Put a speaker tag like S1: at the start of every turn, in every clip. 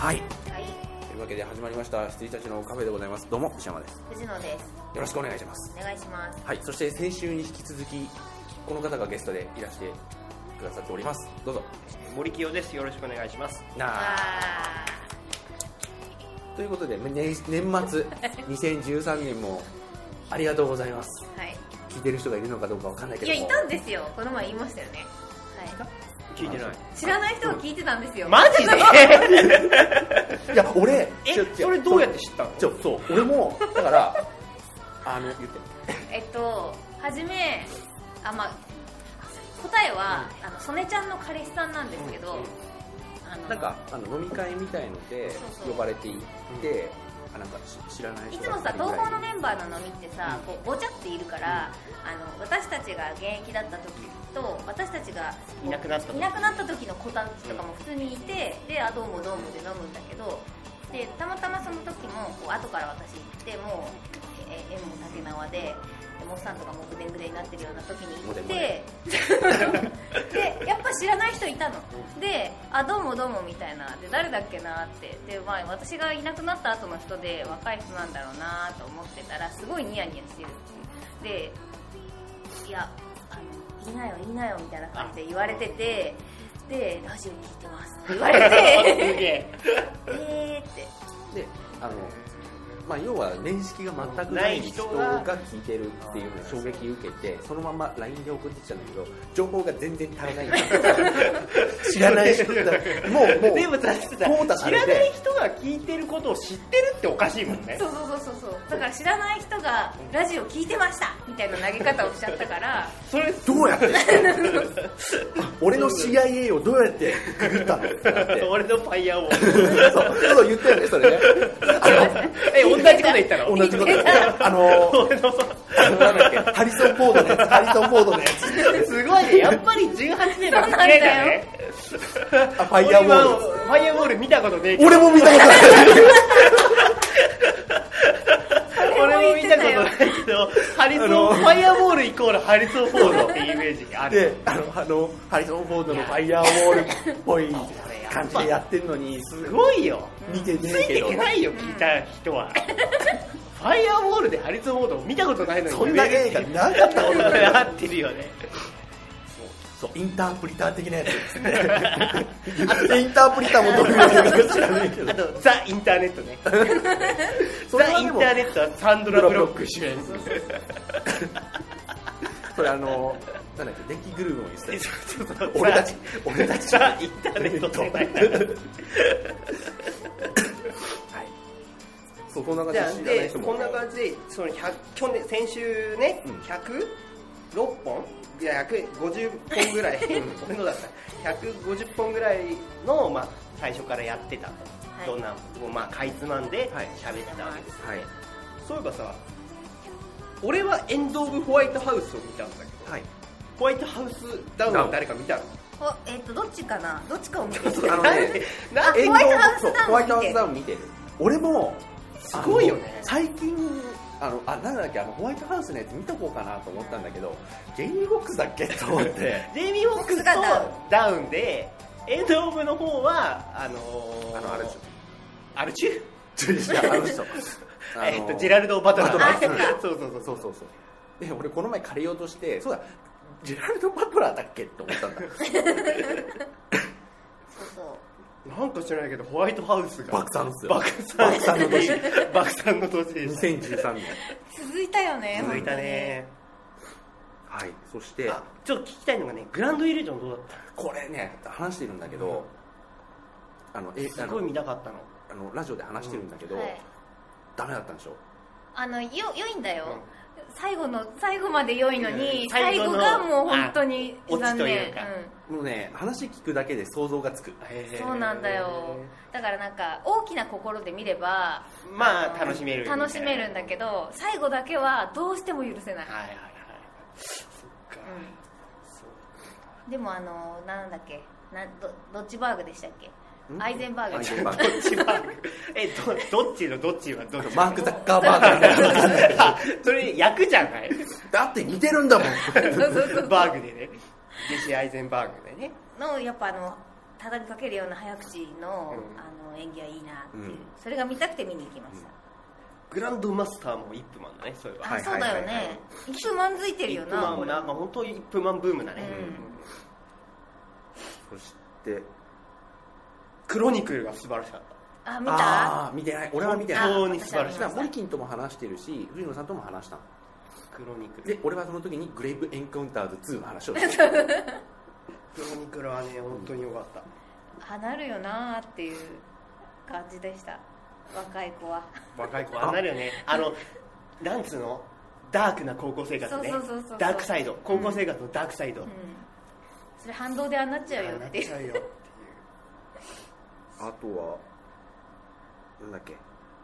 S1: はい、
S2: はい、
S1: というわけで始まりました羊たちのカフェでございます。どうも石山です。
S2: 藤野です。
S1: よろしくお願いします。
S2: お願いします。
S1: はい、そして先週に引き続きこの方がゲストでいらしてくださっております。どうぞ。
S3: 森清です。よろしくお願いします。
S1: ということで、年末2013年もありがとうございます。はい、聞いてる人がいるのかどうかわかんないけども、
S2: いや、いたんですよ。この前言いましたよね。はい、
S3: 聞いてない。
S2: 知らない人が聞いてたんですよ。
S3: マジで
S1: いや、俺
S3: それどうやって知ったの？
S1: そう、俺もだから言って
S2: はじめ答えは、曽根ちゃんの彼氏さんなんですけど、
S1: なんか飲み会みたいので呼ばれていって、なんか知らない人
S2: いつもさ、東宝のメンバーの飲みってさ、こうごちゃっているから、私たちが現役だった時と私たちが
S3: いなくなった
S2: 時の子たちとかも普通にいて、でどうもどうもで飲むんだけど、でたまたまその時もこう後から私行っても縁も竹縄でモッサンとかもぐでんぐでんになってるような時に行ってでやっぱ知らない人いたので、どうもどうもみたいなで、誰だっけなってで、私がいなくなった後の人で若い人なんだろうなと思ってたら、すごいニヤニヤしてるっていうで、いや言いなよみたいな感じで言われてて、でラジオ聞いてますって言われてってで
S1: 要は面識が全くない人が聞いてるっていうのに衝撃受けて、そのまま LINE で送ってきたんだけど、情報が全然足らない知らない人だもう
S3: でもさ、知らない人が聞いてることを知ってるっておかしいもんね。
S2: そうだから知らない人がラジオ聞いてましたみたいな投げ方をしちゃったから
S1: それどうやって俺の CIA をどうやってググったのって
S3: 俺のファイヤーを
S1: そう言ったよね、それね
S3: 同じこと言ったの？
S1: 同じこと言ったなんだっけ、ハリソン・フォードのやつ
S3: すごいね、やっぱり18年の付き合いだね。
S1: ファイヤーウ
S3: ォール見たことねえ。
S1: 俺も見たことない
S3: 俺も見たことないけど、ファイヤーウォールイコールハリソン・フォードっていうイメージがある。
S1: で、ハリソン・フォードのファイヤーウォールっぽい感じでやってるのに、
S3: すごいよ。
S1: 見てね
S3: ついていけないよ、聞いた人は。ファイヤーウォールでハリソン・フォード見たことないのに、
S1: そんな映画なかったことない。
S3: なってるよね。
S1: そう、インタープリター的なやつですね。インタープリターもどういう映画か知らないけど。
S3: あと、ザ・インターネットね。ザ・インターネットはサンドラ・ブロック主演。
S1: それなんだっけ、電気グルーヴも言ってたよ。俺たち
S3: ザ・インターネット世代だ。
S1: そう、こんな感じで
S3: こんな感じで先週ね、106本いや150本ぐらい俺のだった150本ぐらいの、最初からやってたと、どんなかいつまんで喋ってたわけですよね。そういえばさ、俺はエンド・オブ・ホワイトハウスを見たんだけど、ホワイトハウスダウンは誰か見たの？
S2: どっちかな、どっちかを見てる。
S1: ホワイトハウスダウン見てる。俺も
S3: すごいよね。
S1: 最近なんだっけ、ホワイトハウスのやつ見とこうかなと思ったんだけど、ジェイミー・フォックスだっけと思って
S3: ジェイミー・フォックスがダウンで、エンド・オブの方はアルチュ
S1: ジ
S3: ェラルド・バトラー。
S1: そうで、俺この前借りようとして、そうだ、ジェラルド・バトラーだっけと思ったんだ。
S3: なんか知らないけど、ホワイトハウスが
S1: 爆散ですよ。
S3: 爆散の年でした。
S1: 2013年
S2: 続いたよね。
S3: 続いたね。
S1: はい。そして
S3: ちょっと聞きたいのがね、グランドイリュージョンどうだった？
S1: これね、話してるんだけど、
S3: すごい見たかったの。
S1: ラジオで話してるんだけど、ダメだったんでしょ？
S2: 良いんだよ。最後まで良いのに、最後がもう本当に残念。
S1: もうね、話聞くだけで想像がつく。
S2: そうなんだよ。だからなんか大きな心で見れば
S3: 楽しめる
S2: んだけど、最後だけはどうしても許せない。
S3: そっか。
S2: でもなんだっけ、ドッジバーグでしたっけ？アイゼンバーグ。
S3: どっちのどっちはどっち？
S1: マーク・ザッカーバーグ。
S3: それ役じゃない？
S1: だって似てるんだもん。
S3: バーグでね。ジェシー・アイゼンバーグでね。
S2: のやっぱ畳みかけるような早口の、演技はいいなっていう、それが見たくて見に行きました。
S3: グランドマスターもイップマンだね、そういえば。
S2: そうだよね。イップマンづいてるよな。
S3: イップマンもな、本当にイップマンブームだね。
S1: そして
S3: クロニクルが素晴らしかった。
S2: 見た？
S1: 見てない。俺は見てない。
S3: 本当に素晴らしい。
S1: モリキンとも話してるし、藤野さんとも話したの。
S3: クロニクル
S1: で、俺はその時にグレイブエンカウンターズ2の話をして
S3: クロニクルはね、本当に良かった。
S2: なるよなーっていう感じでした。若い子は
S3: なるよね。なんつうの、ダークな高校生活ね。
S2: そう
S3: ダークサイド、高校生活のダークサイド、
S2: それ反動でなっちゃうよっていう。
S1: あとはなんだっけ、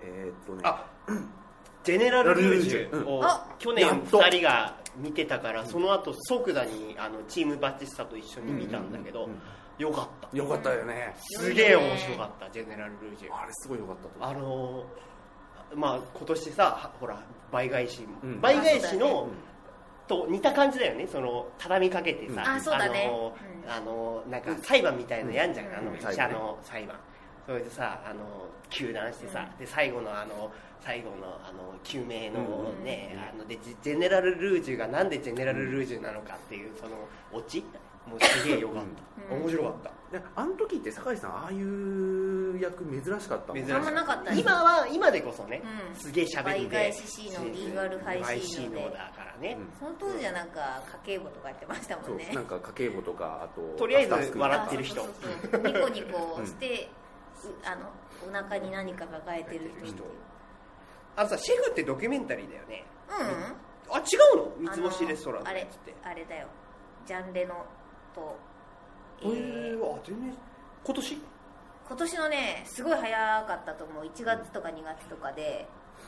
S3: ジェネラルルージュを去年2人が見てたから、その後即座にチームバチスタと一緒に見たんだけど、よかった
S1: よね。
S3: すげえ面白かった。ジェネラルルージュ、
S1: あれすごいよかったと
S3: 思う。今年さ、ほら倍返しのと似た感じだよね。その畳みかけてさ、
S2: そうだね、
S3: なんか裁判みたいのやんじゃん、医者の裁判。それでさ、糾弾してさ、で最後の救命のね、でジェネラルルージュがなんでジェネラルルージュなのかっていうそのオチ、もうすげえよかった。面白かった。
S1: あの時って酒井さん、ああいう役珍しかったもん。
S2: あんまなかった。
S3: 今でこそね、すげえ喋るんで。
S2: 倍返し C のリーガルハイ C ので
S3: だからね。
S2: その当時はなんか家計簿とかやってましたもんね。
S1: なんか家計簿とか、あと
S3: とりあえず笑ってる人、
S2: ニコニコしてお腹に何か抱えてる人。
S3: シェフってドキュメンタリーだよね。違うの？三つ星レストランって
S2: あれだよ、ジャンレノと
S3: 全然今
S2: 年のね、すごい早かったと思う。1月とか2月とかで、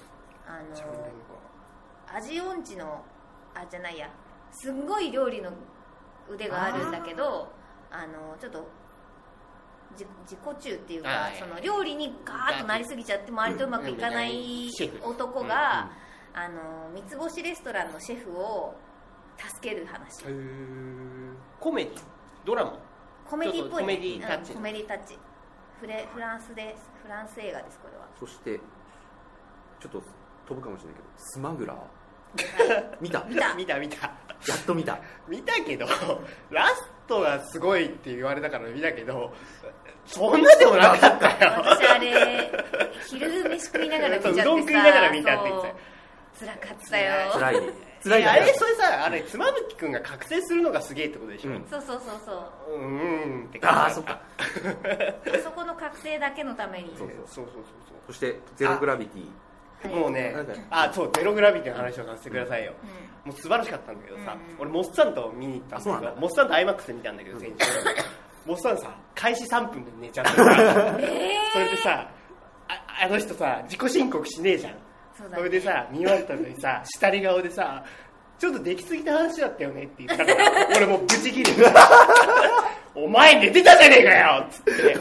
S2: 味音痴のじゃないや、すんごい料理の腕があるんだけど、ちょっと自己中っていうか、その料理にガーッとなりすぎちゃって周りとうまくいかない男が、三つ星レストランのシェフを助ける話。
S3: コメディ、ドラマ、
S2: コメディっぽい、ね、
S3: コメディタッチ、
S2: コメディタッチ。フランス映画です、これは。
S1: そしてちょっと飛ぶかもしれないけど、スマグラー見たやっと見た
S3: けど、ラストがすごいって言われたから見たけど、そんなでもなかったよ。
S2: 私あれ昼飯食いながら見ちゃってさ、
S3: うどん食いながら見たって言って
S2: た。辛かったよ。
S1: 辛い
S3: それさ、妻夫木君が覚醒するのがすげえってことでしょ。
S2: そう
S3: って感じ。
S2: そっかそこの覚醒だけのために。
S3: そう
S1: そしてゼログラビティ、
S3: もうね、ゼログラビティの話をさせてくださいよ。もう素晴らしかったんだけどさ、俺モッサンと見に行ったんだけど、モッサンと IMAX で見たんだけど、先週モッサンさ、開始3分で寝ちゃったそれでさ、あの人さ、自己申告しねえじゃん。それでさ、見終わったのにさ、下り顔でさ、ちょっとできすぎた話だったよねって言ったから俺もうブチ切れてお前寝てたじゃねえかよっつって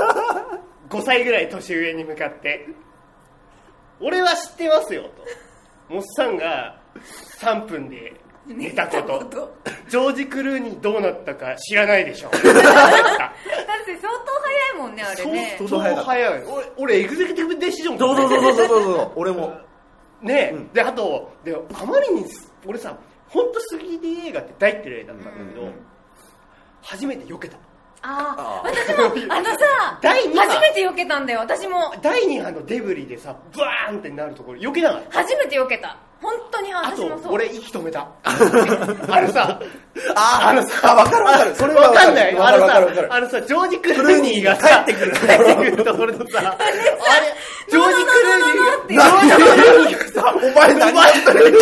S3: 5歳ぐらい年上に向かって、俺は知ってますよと、モッサンが3分で寝たことジョージ・クルーニーどうなったか知らないでしょだって相当
S2: 早いもんね、あれね。
S3: 相当早い。俺エグゼクティブデシジョン
S1: そう俺も
S3: ね、であとであまりに俺さ、本当 3D 映画って大っ嫌いだったんだけど、初めて避けた。
S2: 私もさ初めて避けたんだよ。私も
S3: 第2波のデブリでさ、ブワーンってなるところ避けなかった。
S2: 初めて避けた。本当に私もそう。
S3: あと俺息止めた
S1: わかる。それは
S3: わかんない。ジョージ・クルーニーが帰ってくるところのさ、ジョージ・クルーニーがさ、お前何やってる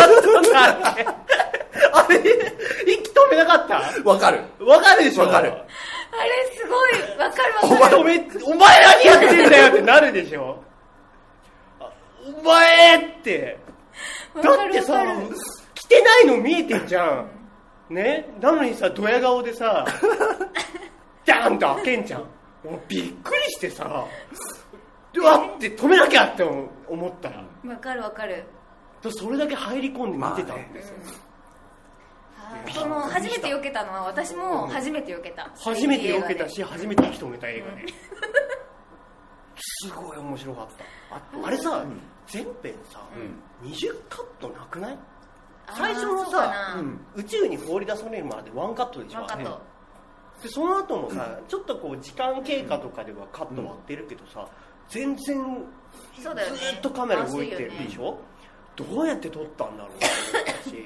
S3: あれ息止めなかった？わかるでしょ。
S2: あれすごいわかる。
S3: お前何やってんだよってなるでしょ。お前ってだってさ、着てないの見えてんじゃんね。なのにさ、ドヤ顔でさダーンと開けんじゃん。もうびっくりしてさ、うわって止めなきゃって思ったら、
S2: わかる。
S3: それだけ入り込んで見てたんですよ。
S2: その初めて避けたのは私も初めて避けた、
S3: 初めて避けたし初めて息止めた映画で、すごい面白かった。あれさ、全編さ、20カットなくない？最初のさ、宇宙に放り出されるまでワンカットでしょ。でその後もさ、ちょっとこう時間経過とかではカット割ってるけどさ、全然ずっとカメラ動いてるでしょ。どうやって撮ったんだろうって思ったし、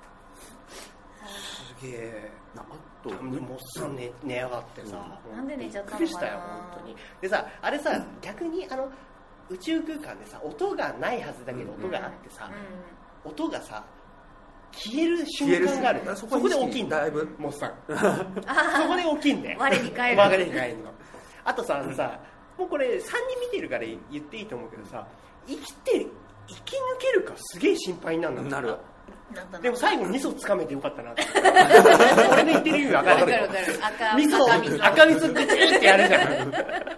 S3: すげえ。あともっさん寝やがってさ、
S2: なんで寝ちゃったのかな。
S3: びっくりしたよ本当に。でさ、あれさ、逆に宇宙空間でさ、音がないはずだけど音があってさ、音がさ消える瞬間がある。そこで起きんだ。だいぶもっさんそこで起きんだよ。
S2: 我に返る。
S3: 我に返るの。あとさ、もうこれ3人見てるから言っていいと思うけどさ、生き抜けるかすげえ心配になるんだ。なる。でも最後味噌つかめてよかったなって俺の言ってる意味分かる。赤味噌グチュってやるじゃん。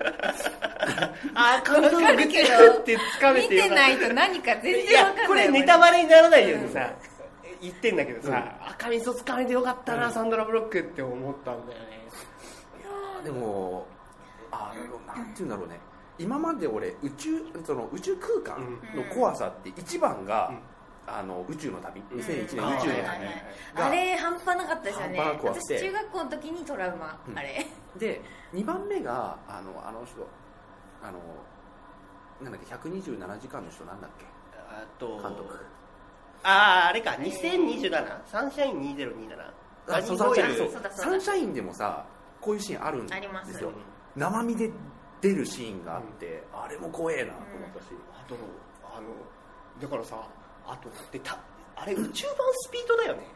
S3: 赤味噌グチュってつかめてよかった。見て
S2: ないと何か全然分かんない。
S3: これネタバレにならないようにさ言ってんだけどさ、赤味噌つかめてよかったな、サンドラブロックって思ったんだよね。
S1: いやでもなんていうんだろうね、今まで俺宇宙空間の怖さって一番が、宇宙の旅、2001年宇宙の旅
S2: あれ半端なかったですよね。
S1: 私
S2: 中学校の時にトラウマ、あれ
S1: で2番目があの人なんだっけ、127時間の人なんだっけ、監督、
S3: あれか、2027サンシャイン2027。
S1: サンシャインでもさこういうシーンあるんですよ。生身で出るシーンがあって、あれも怖えなと思ったし、
S3: だからさ、あれ宇宙版スピードだよね。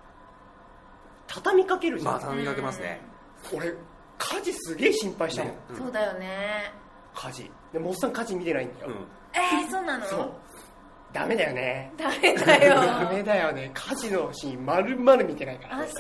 S3: 畳みかけるじゃん。
S1: まあ畳みかけますね。
S3: 俺火事すげえ心配したの。
S2: そうだよね。
S3: 火事でもおっさん火事見てないんだよ。
S2: そうなの？そう。
S3: ダメだよね。
S2: ダメだよ。
S3: ダメだよね。火事のシーン丸々見てないから。
S2: そう。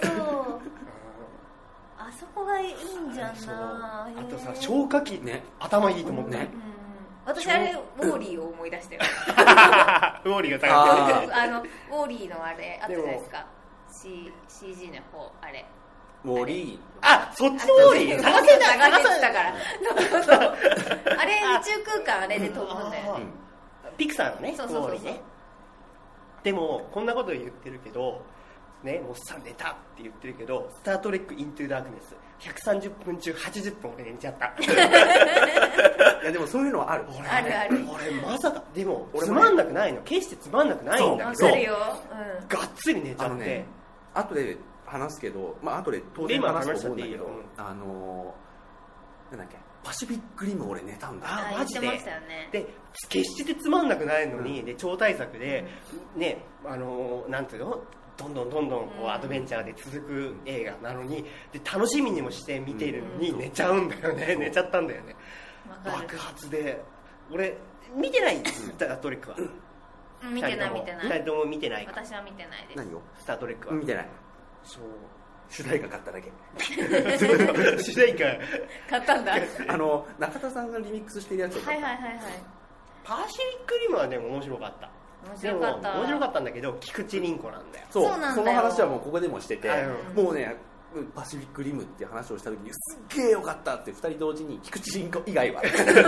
S2: あそこがいいんじゃんな。
S3: あとさ、消火器ね、頭いいと思って。
S2: 私あれウォーリーを思い出したよ。
S3: ウォーリーが探してる。
S2: ウォーリーのあれあったじゃないですか。CG の方あれ。
S1: ウォーリ
S3: ー。そっちのウォーリー。探せ
S2: たから。あれ宇宙空間あれで飛ぶんだよね。
S3: ピクサーのね、ウォーリーね。でもこんなこと言ってるけど。ね、もうさ寝たって言ってるけど、スタートレックイントゥダークネス130分中80分俺寝ちゃった。
S1: いやでもそういうのはある。
S2: ある。
S3: 俺まさかでもつまんなくないの、決してつまんなくないんだけど、がっつり寝ちゃって。
S1: 後で話すけど、後で当然話すと思うんだけど、なんだっけ、パシフィックリム俺寝たんだ。
S3: マジで。で決してつまんなくないのに、で超大作でね、なんていうの、どんどんこうアドベンチャーで続く映画なのに、で楽しみにもして見ているのに寝ちゃうんだよね。寝ちゃったんだよね。爆発で。俺見てないスタートレックは。
S2: 見てない。
S3: 2人とも見てないか。
S2: 私は見てないです。
S1: 何を？
S3: スタートレックは
S1: 見てない。
S3: そう、
S1: 主題歌買っただけ。
S3: 主題歌
S2: 買ったんだ。
S1: 中田さんがリミックスしてるやつを買った。
S3: パシフィックリムはでも面白かった。面白かったんだけど、菊池凛子なんだよ。
S1: そう、その話はもうここでもしてて、もうね、パシフィックリムっていう話をした時にすっげえよかったって2人同時に、菊池凛子以外は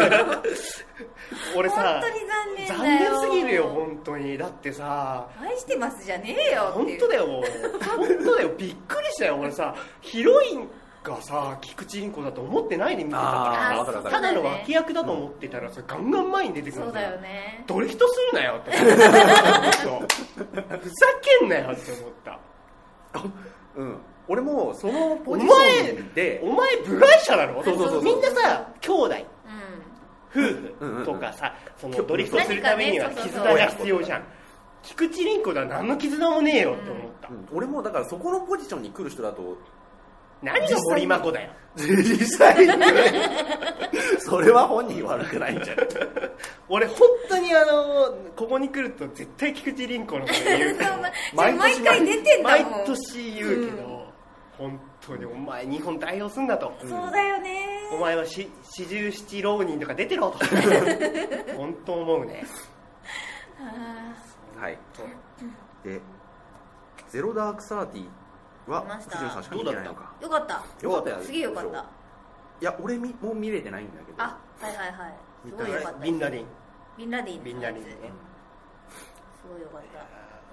S2: 俺さ、本当に残念だよ。
S3: 残念すぎるよ本当に。だってさ、
S2: 愛してますじゃねえよっていう。
S3: 本当だよびっくりしたよ。俺さ、ヒロインがさ菊池凛子だと思ってないで見てたから、ただの脇役だと思ってたらさ、ガンガン前に出てくる。
S2: そうだよね。
S3: ドリフトすんなよってふざけんなよって思った。
S1: 俺もそのポジションで、
S3: お前部外者だろ。
S1: そう
S3: みんなさ、兄弟、夫婦とかさ、そのドリフトするためには絆が必要じゃん。菊池凛子だ、何の絆もねえよって思った。
S1: 俺もだからそこのポジションに来る人だと、
S3: 何が森真子だよ。
S1: 実際にそれは本人悪くないんじゃん。
S3: 俺本当にここに来ると絶対菊池凛子のこと言う
S2: 毎回出てんだもん。
S3: 毎年言うけど、本当にお前日本代表すんだと。
S2: そうだよね。
S3: お前は四十七浪人とか出てろと本当思うね。
S1: はい。でゼロダークサーティっわ、
S2: 見ました。
S1: 藤野さんしか見てないのか。
S2: よかった。
S1: よかったよ。
S2: すげえよかった。
S1: いや、俺もう見れてないんだけど。
S2: あ、はいはいはい。すごいよかった。
S3: ビンラディン。
S2: ビンラディン。
S3: ビンラディンね。
S2: すごいよかった。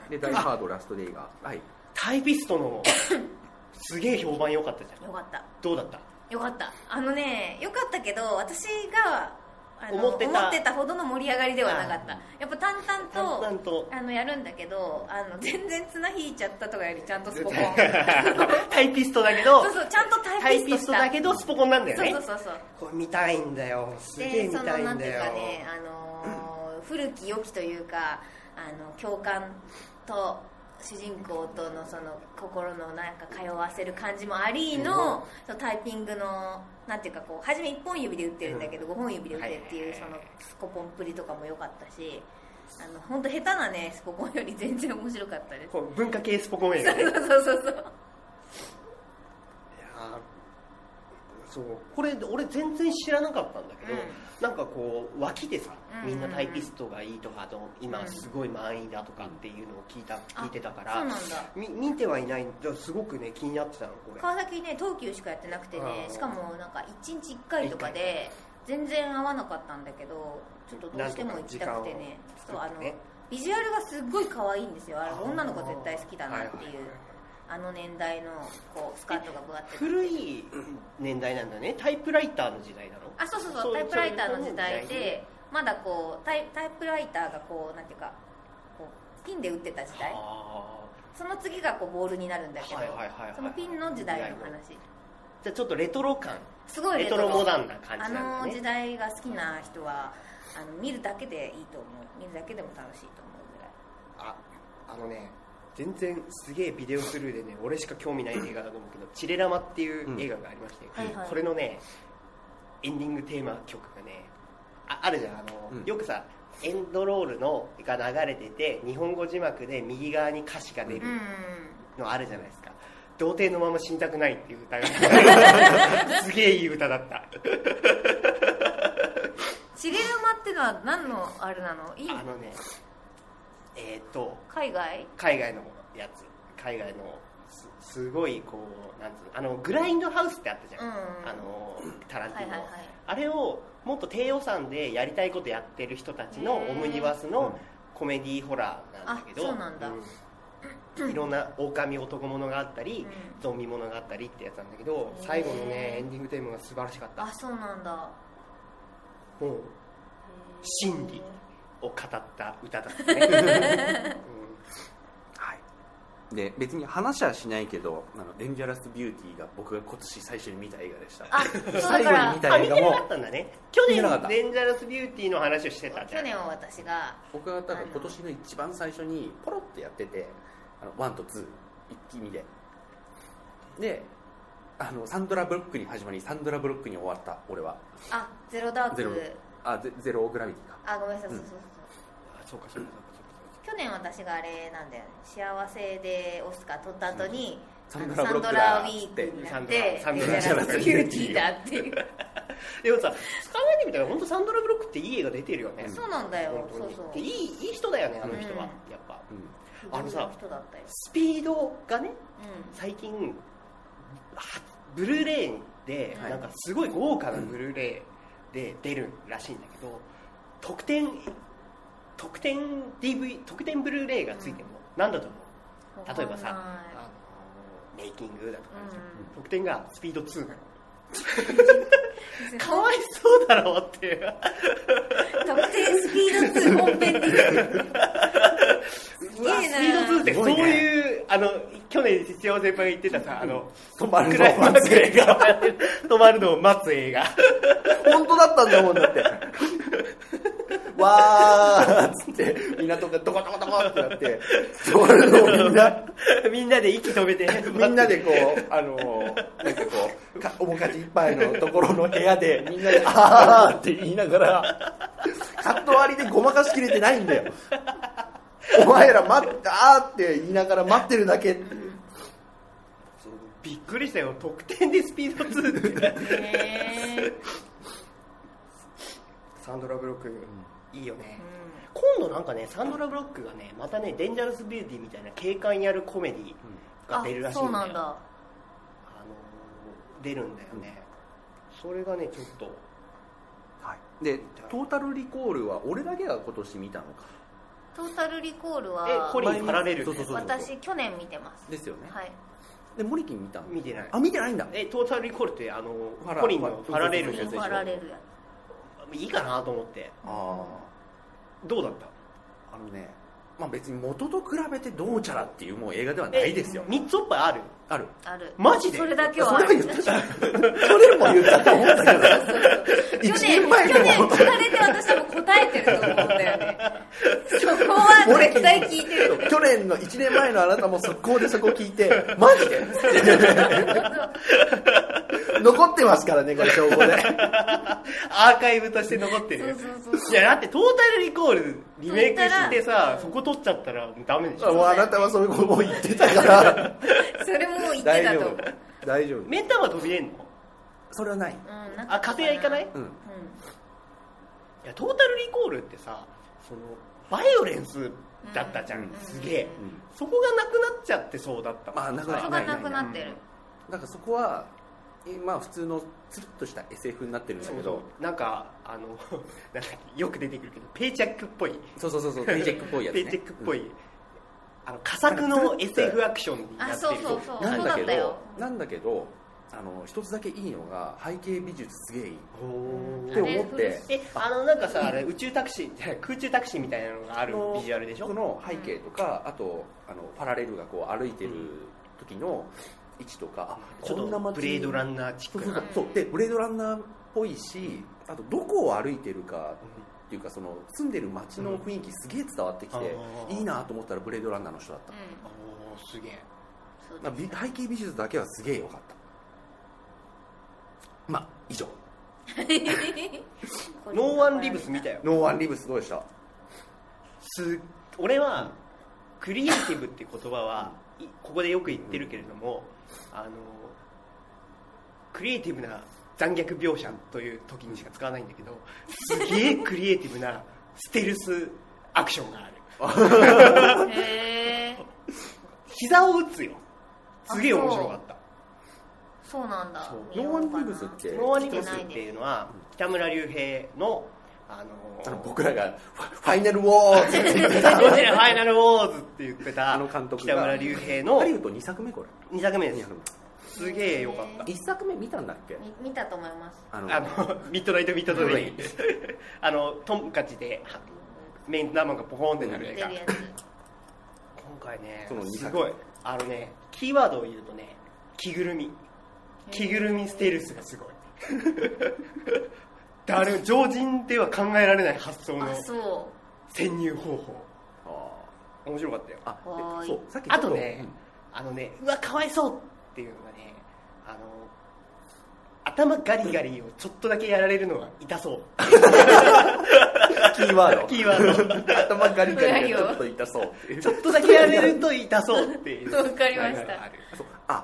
S1: で、ダイハードラストデイが。はい。
S3: タイピストのすげえ評判良かったじゃん。
S2: よかった。
S3: どうだった？
S2: よかった。よかったけど、私が思ってたほどの盛り上がりではなかった。やっぱ淡々とやるんだけど、全然綱引いちゃったとかよりちゃんとスポコン。
S3: タイピストだけど、
S2: そうそうちゃんとタイピスト
S3: だけどスポコンなんだよね。
S2: そう
S3: これ見たいんだよ。すげえ見たいんだよ。
S2: で、そのなんていうかね、古き良きというか、共感と主人公とのその心のなんか通わせる感じもありの、タイピングのなんていうかこう初め1本指で打ってるんだけど5本指で打ってるっていうそのスポコンっぷりとかも良かったし、本当下手なねスポコンより全然面白かったです。
S3: 文化系スポコン映画ね。そうこれ俺全然知らなかったんだけど、なんかこう脇でさ、みんなタイピストがいいとか、今すごい満員だとかっていうのを聞いてたから、
S2: そうなんだ。
S3: 見てはいないんだ。すごくね気になってたのこれ。
S2: 川崎ね東急しかやってなくてね、しかもなんか1日1回とかで全然合わなかったんだけど、ちょっとどうしても行きたくてね、ビジュアルがすっごい可愛いんですよ。女の子絶対好きだなっていう。年代のこうスカートが分厚くて
S3: 古い年代なんだね。タイプライターの時代なの？
S2: そうタイプライターの時代で、まだこうタイプライターがこうなんていうかこうピンで打ってた時代。その次がこうボールになるんだけど、そのピンの時代の話。
S3: じゃあちょっとレトロ感、
S2: すごい
S3: レトロモダンな感じなんだね。
S2: 時代が好きな人は見るだけでいいと思う。見るだけでも楽しいと思うぐらい。
S3: 全然すげえビデオスルーでね、俺しか興味ない映画だと思うけど、チレラマっていう映画がありまして、これのねエンディングテーマ曲がね あるじゃん。よくさエンドロールのが流れてて日本語字幕で右側に歌詞が出るのあるじゃないですか。童貞のまま死にたくないっていう歌がすげえいい歌だった。
S2: チレラマってのは何のあれなの？海外
S3: のやつ、海外のすごいこうなんつうグラインドハウスってあったじゃん、タランティーノ、あれをもっと低予算でやりたいことやってる人たちのオムニバスのコメディーホラーなんだけど、
S2: そうなんだ、
S3: いろんな狼男物があったり、ゾンビ物があったりってやつなんだけど、最後のねエンディングテーマが素晴らしかった。
S2: そうなんだ。
S3: もう真理を語った歌だったね。
S1: で別に話はしないけどデンジャラスビューティーが僕が今年最初に見た映画でした。最後に見た映画も
S3: 見てなかったんだね。去年デンジャラスビューティーの話をしてたじゃん。
S2: 去年は私が
S1: 僕が多分今年の一番最初にポロッとやってて1と2一気見でサンドラブロックに始まりサンドラブロックに終わった。俺は
S2: ゼロダーク
S1: ゼログラビティか。
S2: ごめんなさい。
S3: そうか
S2: 去年私があれなんだよね、幸せでオスカー取った後に
S1: サンドラウィーク
S2: になって
S3: サンドラ
S2: ビューティーだっていう。
S3: でもさ、使われてみたら本当サンドラブロックっていい映画出てるよね。
S2: そうなんだよ。そう
S3: いい人だよね、あの人は。やっぱさ、スピードがね、最近ブルーレイでなんかすごい豪華なブルーレイで出るらしいんだけど、特典ブルーレイがついてるの、なんだと思う？例えばさ、メイキングだとか、特典がスピード2なの。かわいそうだろうっていう。
S2: 特典スピード2本編で
S3: スピード2ってそういう去年必要先輩が言ってたさ
S1: 止まるのを待つ映画
S3: 止まるのを待つ映画
S1: 本当だったんだもん。だってわーっつって港がドコドコドコってなって止まるのをみんな
S3: で息止めて
S1: みんなでこうなんかこう面かじいっぱいのところの部屋でみんなであーって言いながらカット割りでごまかしきれてないんだよ。お前らあーって言いながら待ってるだけっていう。
S3: びっくりしたよ、特典でスピード2ってサンドラブロック、いいよね、今度なんかねサンドラブロックがねまたねデンジャラスビューティーみたいな警官やるコメディが出るらしいんだよ。
S2: そうなんだ。
S3: 出るんだよね、それがねちょっと、
S1: はい、でトータルリコールは俺だけが今年見たのか。
S2: トータルリコールは
S3: コリンパラレル、
S2: 私去年見てます
S1: ですよね。
S2: はい。
S1: でモリキン見たの？
S3: 見てない。
S1: あ、見てないんだ。
S3: トータルリコールってコリンのパラレルのやつでしょ。
S2: パラレルや
S3: いいかなと思って。どうだった？
S1: まあ別に元と比べてどうちゃらっていうもう映画ではないですよ。
S3: 3つおっぱいある？
S1: ある。
S3: マジで？
S2: それだけはある。
S1: それは言ったじゃん。去年も言ったと思うんだけど。1年前
S2: 去年聞かれて私も答えてると思うんだよね。そこは絶対聞いてる。
S1: 去年の1年前のあなたも速攻でそこ聞いて、マジで残ってますからね、これ証拠で。
S3: アーカイブとして残ってる。いやだってトータルリコールリメイクしてさ、そこ撮っちゃったらダメでしょ。
S1: もうあなたはそういうことも言ってたから
S2: それも言ってたと思う。
S1: 大丈夫。
S3: 目ん玉飛び出んの？
S1: それはない。
S3: 火星は行かない？いやトータルリコールってさ、そのバイオレンスだったじゃん、すげえ、そこがなくなっちゃってそうだった。
S1: まあなくな
S2: そこがなくなってる。
S1: なんかそこはまあ普通のつるっとした SF になってるんだけど、
S3: なんかなんだっけ、よく出てくるけどペイチェックっぽい。
S1: そうペイチェックっぽいやつね。
S3: ペイチェックっぽい、佳作の SF アクションになってる。
S2: そう
S1: なんだけど一つだけいいのが背景美術すげえいいって思って。
S3: なんかさ、あれ宇宙タクシー空中タクシーみたいなのがあるビジュアルでしょ。
S1: その背景とか、あとパラレルがこう歩いてる時の位置とか、
S3: ちょっとブレードランナーチックな。
S1: そうでブレードランナーっぽいし、あとどこを歩いてるかっていうか、その住んでる街の雰囲気すげえ伝わってきて、いいなと思ったらブレードランナーの人だった。
S3: すげえ。
S1: 背景美術だけはすげえ良かった。まあ以上。
S3: ノーワンリブス見たよ。
S1: ノーワンリブスどうでした？
S3: 俺はクリエイティブって言葉はここでよく言ってるけれども、クリエイティブな残虐描写という時にしか使わないんだけど、すげえクリエイティブなステルスアクションがある。膝を打つよ。すげえ面白かった。
S2: そうなんだ。
S1: ノーワンリブスって
S3: いうのは北村隆平の
S1: 僕らがファイナルウォーズって言ってた
S3: ファイナルウォーズって言ってた
S1: 監督
S3: 北村隆平の
S1: ハリウッド2作目。これ2
S3: 作目です。すげえよかった。
S1: 1作目見たんだっけ？
S2: 見たと思います。
S3: ミッドナイトトレイントンカチでメイン生がポコーンってなる映画。今回ねすごいキーワードを言うとね、着ぐるみステルスがすごい。常人では考えられない発想の潜入方法。面白かったよ。
S1: そうさっき
S3: あとね、うわかわいそうっていうのがね、頭ガリガリをちょっとだけやられるのが痛そう。
S1: キーワード頭ガリガリがちょっと痛そうっていう。
S3: ちょっとだけやられると痛そうっていう。
S2: わかりました。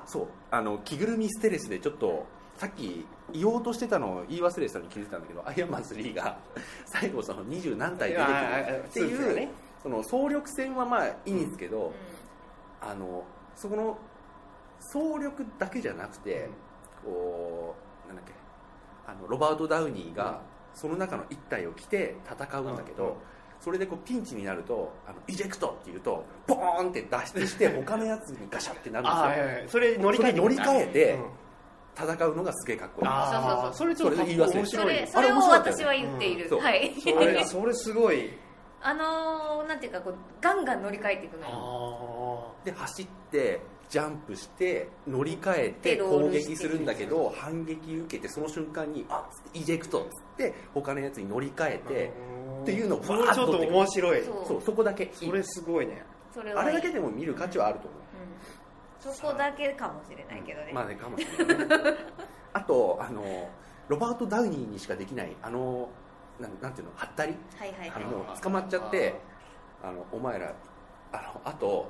S1: そう着ぐるみステレスでちょっとさっき言おうとしてたのを言い忘れてたのに気づいたんだけど、アイアンマン3が最後その20何体出てくるっていう、その総力戦はまあいいんですけど、そこの総力だけじゃなくて、こうなんだっけ、ロバート・ダウニーがその中の1体を着て戦うんだけど、それでこうピンチになるとイジェクトっていうとポーンって脱出して他のやつにガシャってなるんですよ。
S3: それ乗り換えて
S1: 戦うのがすげえかっこいい。
S3: それちょっと言い忘れて
S2: それを私は言っている。
S3: それすごい。
S2: なんていうかこうガンガン乗り換えていくの
S1: で走ってジャンプして乗り換えて攻撃するんだけど、反撃受けてその瞬間にイジェクトっつって他のやつに乗り換えてっていうのを
S3: それちょっと面白い。
S1: そこだけ
S3: それすごいね。
S1: あれだけでも見る価値はあると思う。
S2: そこだけかもしれないけどね。
S1: まあね、かもしれないあとロバート・ダウニーにしかできないなんていうの、ハッタリ捕まっちゃって、お前らあと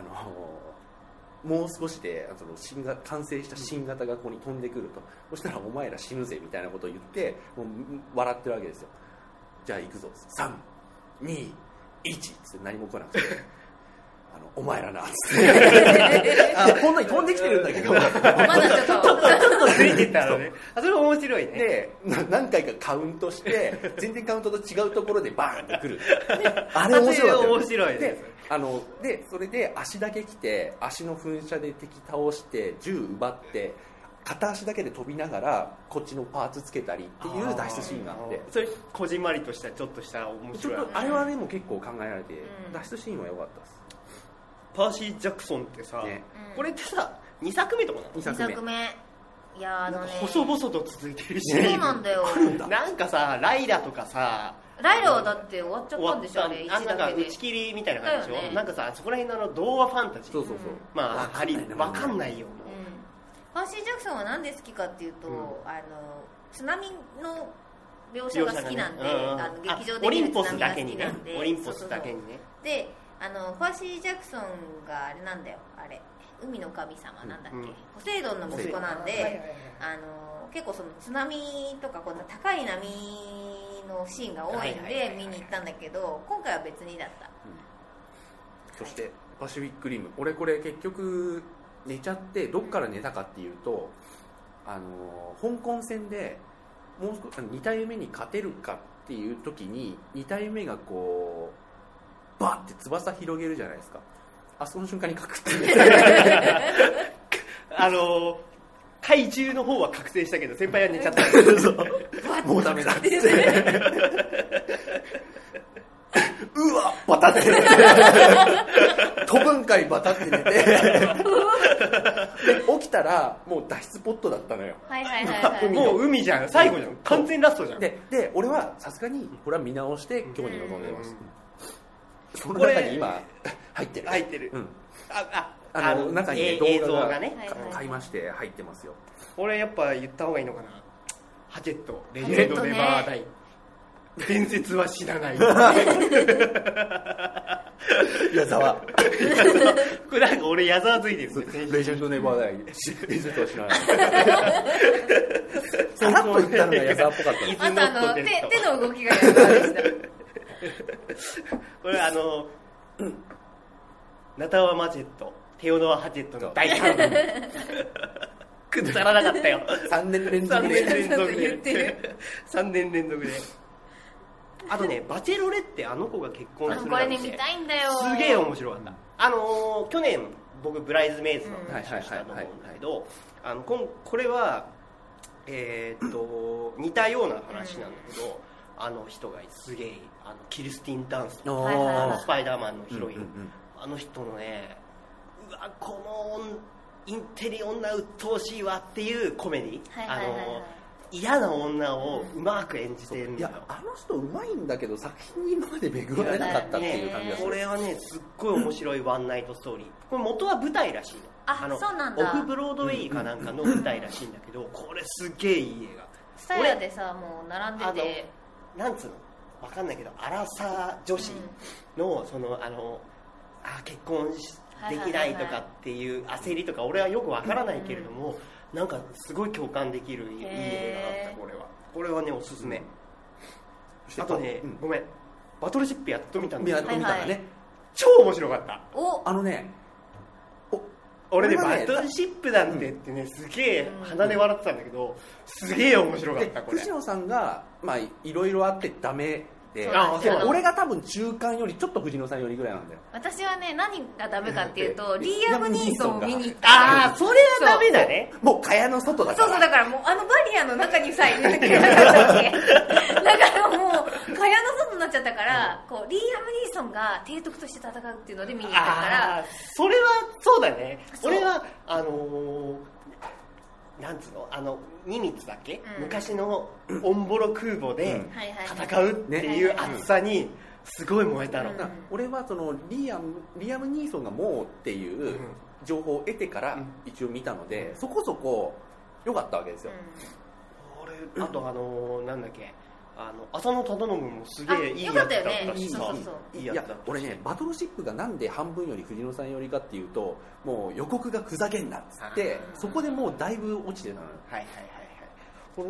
S1: もう少しで完成した新型がここに飛んでくると、そしたらお前ら死ぬぜみたいなことを言ってもう笑ってるわけですよ。じゃあ行くぞ、3、2、1って何も来なくてお前らなっつってほんのに飛んできてるんだけど
S2: まだちょっと
S3: ついてたのね。それ面白いね。
S1: で何回かカウントして全然カウントと違うところでバーンってくるあれ面白い
S3: 面白いね。
S1: でそれで足だけ来て足の噴射で敵倒して銃奪って片足だけで飛びながらこっちのパーツつけたりっていう脱出シーンがあって
S3: それこじんまりとしたちょっとした面白い
S1: ちょっとあれはでも結構考えられて、脱出シーンは良かったです。
S3: パーシー・ジャクソンってさ、
S1: ね、
S3: これってさ2作目とかなの
S2: ？2作目。いやね、
S3: 細々と続いてるし、
S2: そうなんだよ。
S3: なんかさライラとかさ、
S2: ライラはだって終わっちゃったんでしょ、あれ
S3: なんか打ち切りみたいな感じでしょ、ね、なんかさそこら辺の童話ファンタジー、
S1: そう
S3: まあわかんないよ、
S2: パーシー・ジャクソンはなんで好きかっていうと、津波の描写が好きなんで、劇場で見る津波が好きなんで、
S3: オリンポスだけにね。
S2: でパーシー・ジャクソンがあれなんだよ、あれ海の神様なんだっけ、ポセイドンの息子なんで、結構その津波とかこんな高い波のシーンが多いんで見に行ったんだけど、今回は別にだった、
S1: そしてパシフィックリム、俺これ結局寝ちゃってどっから寝たかっていうと、香港戦でもう少し2体目に勝てるかっていう時に2体目がこうバッて翼広げるじゃないですか。その瞬間にカクって
S3: 怪獣の方は覚醒したけど先輩は寝ちゃった
S1: もうダメだってうわバタって飛ぶんかいバタって寝てで起きたらもう脱出ポットだったのよ。
S3: もう海じゃん、最後じゃん、完全ラストじゃん。
S1: で俺はさすがにこれは見直して今日に臨んでます。その中に今入ってる、中に
S3: 映像がね
S1: 買いまして入ってますよ。
S3: 俺やっぱ言った方がいいのかな、ハチェットレジェンドネバーダイ、伝説は知らない
S1: 矢沢
S3: これなんか俺矢沢ついてる、
S1: レジェンドネバーダイ伝説は知らないさらっと言ったのが矢沢っぽかった。
S2: あと手の動きが矢沢でした
S3: これナタワ・マジェット、テオドア・ハチェットの大ファンくだらなかったよ
S1: 3年連続で
S3: 3年連続で。あとね、バチェロレって子が結婚する
S2: これね見たいんだよ。
S3: すげえ面白かった。去年僕ブライズメイズの話をしたと思うんだけど、これは似たような話なんだけど、人がすげえキルスティン・ダンスのスパイダーマンのヒロイン、人のね、うわこのインテリ女鬱陶しいわっていうコメディ、嫌な女をうまく演じてるんだよ。
S1: いや人うまいんだけど作品に今まで巡られなかったっていう感じがする。
S3: これはねすっごい面白いワンナイトストーリー。これ元は舞台らしいの。
S2: そうなんだ。
S3: オフブロードウェイかなんかの舞台らしいんだけど、これすげえいい映画。
S2: スタイラでさもう並んでて、
S3: なんつうのわかんないけど、アラサー女子のその結婚できないとかっていう焦りとか俺はよくわからないけれども、なんかすごい共感できるいい映画だった。これはねおすすめ。あとね、ごめん、バトルシップやっと見たんだけど、超面白かった。俺ねバトルシップなんてってね、すげえ鼻で笑ってたんだけど、すげえ面白かった。これ
S1: 藤野さんがいろいろあってダメで、俺が多分中間よりちょっと藤野さんよりぐらいなんだよ。
S2: 私はね何がダメかっていうとリーアム・ニーソンを見に行った。
S3: それはダメだね。
S1: もう蚊帳の外だから。
S2: そうだからもうバリアの中にさ入れなきゃいけなかったわけだからもう蚊帳の外になっちゃったから、こうリーアム・ニーソンが提督として戦うっていうので見に行ったから。
S3: それはそうだね。俺はなんつうのニミッツだっけ、昔のオンボロ空母で戦うっていう熱さにすごい燃えたの。
S1: 俺はそのリアム・ニーソンがもうっていう情報を得てから一応見たので、そこそこ良かったわけですよ。
S3: あとなんだっけ、浅野忠信もすげえいいやつだったしさ、
S1: いや俺ねバトルシップがなんで半分より藤野さんよりかっていうと、もう予告がふざけんなっつってそこでもうだいぶ落ちてたのよ。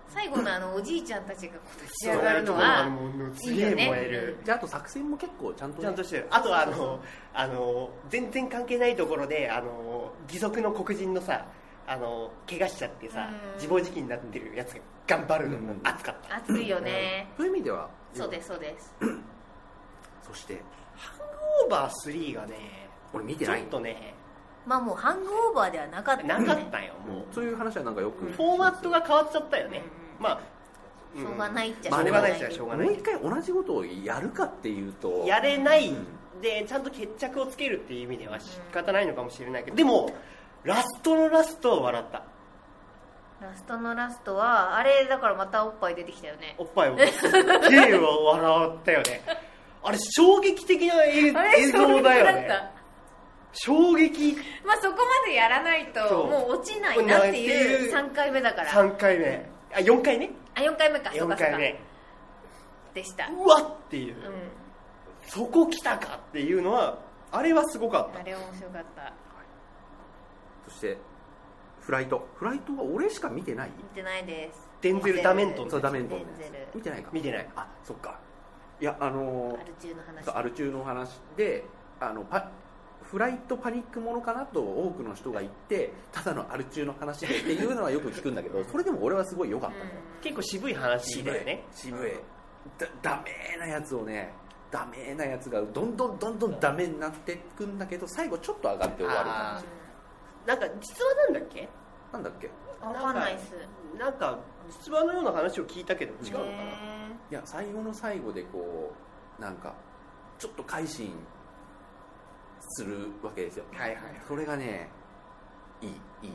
S2: 最後のおじいちゃんたちが立ち上がるのは
S3: すげえ燃える。
S1: であと作戦も結構ちゃんと
S3: してる。あと全然関係ないところで義足の黒人のさ怪我しちゃってさ自暴自棄になってるやつが頑張るのも熱かった。
S2: 熱いよね。
S1: そういう意味では
S2: そうですそうです。
S1: そして
S3: ハングオーバー3がね
S1: 俺見てない。
S3: ちょっとね
S2: まあもうハングオーバーではなかったよね。
S3: もう
S1: そういう話はなんかよく
S3: フォーマットが変わっちゃったよね。まあ
S2: しょうがないっちゃ
S3: しょうがないっちゃしょうがない。
S1: もう一回同じことをやるかっていうと
S3: やれないでちゃんと決着をつけるっていう意味では仕方ないのかもしれないけど、でもラストのラスト笑った。
S2: ラストのラストはあれだからまたおっぱい出てきたよね。
S3: おっぱいをすっげえ笑ったよね。あれ衝撃的な映像だよね。衝撃。
S2: まあそこまでやらないともう落ちないなっていう3回目だから。
S3: 3回目あ4回ね
S2: あ4回目か。
S3: 4回目
S2: でした。
S3: うわっていう、そこ来たかっていうのはあれはすごかった。
S2: あれ面白かった。
S1: そしてフライトは俺しか見てない。
S2: 見てないです。
S3: デンゼル・ダメントン。
S1: そうダメントン見てないか。
S3: 見てない。
S1: あそっか。いや
S2: アル中の話
S1: でフライトパニックものかなと多くの人が言ってただのアル中の話でっていうのはよく聞くんだけどそれでも俺はすごい良かったのよ。
S3: 結構渋い話だよね。
S1: 渋いダメなやつをねダメなやつがどんどんダメになっていくんだけど最後ちょっと上がって終わる感じ。
S3: なんか実話なんだっけ
S2: 分かんないっす。
S3: なんか実話のような話を聞いたけど違うのかな。
S1: いや最後の最後でこうなんかちょっと改心するわけですよ。それがねいい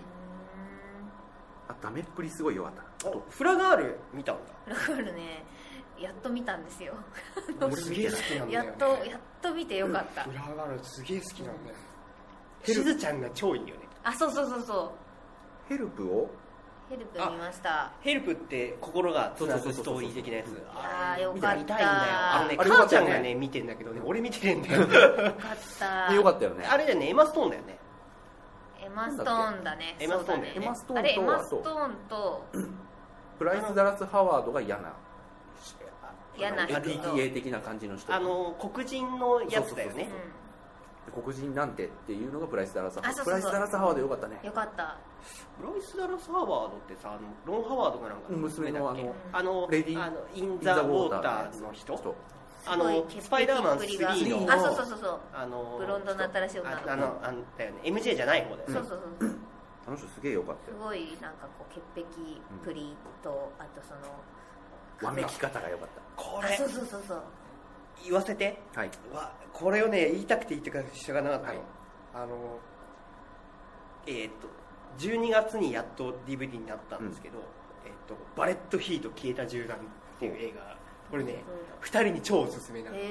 S1: ダメっぷりすごい良かった。
S3: フラガール見たんだ。
S2: フラガールねやっと見たんですよ。
S3: 俺すげえ好きなんだよね。
S2: やっと見てよかった。
S3: フラガールすげえ好きなんだよ。しずちゃんが超いいよね。
S2: あそう
S1: ヘルプ
S2: 見ました。
S3: ヘルプって心がつなぐストーリー的なやつ。
S2: ああよかった。
S3: 見たいんだよ。母ちゃんがね見てんだけどね俺見てねえんだよ。
S2: よかった
S1: よかったよね。
S3: あれだよねエマストーンだよね。
S2: エマストーンだね。
S3: エマストーン
S2: と
S1: プライス・ダラス・ハワードが嫌な
S2: 人
S1: PTA 的な感じの人。
S3: 黒人のやつだよね。
S1: 黒人なんてっていうのがプライス・ダラス・ハワード。プライス・ダラス・ハワードよかったね。
S2: よかった。
S3: プライス・ダラス・ハワードってさロン・ハワードがなんか
S1: 娘の
S3: レディイン・ザ・ウォーターの人。スパイダーマン3の
S2: ブロンドの新しい女の子
S3: だよね。MJ じゃない方だよね。
S2: そう
S1: あの人すげえよかったよ。
S2: すごいなんかこう潔癖プリとあとその
S1: わめき方がよかった。
S3: これ
S2: そう
S3: 言わせて。これをね言いたくて言ってからしがなかったの。12月にやっと DVD になったんですけど、バレット・ヒート消えた銃弾っていう映画、これね2人に超おすすめなの。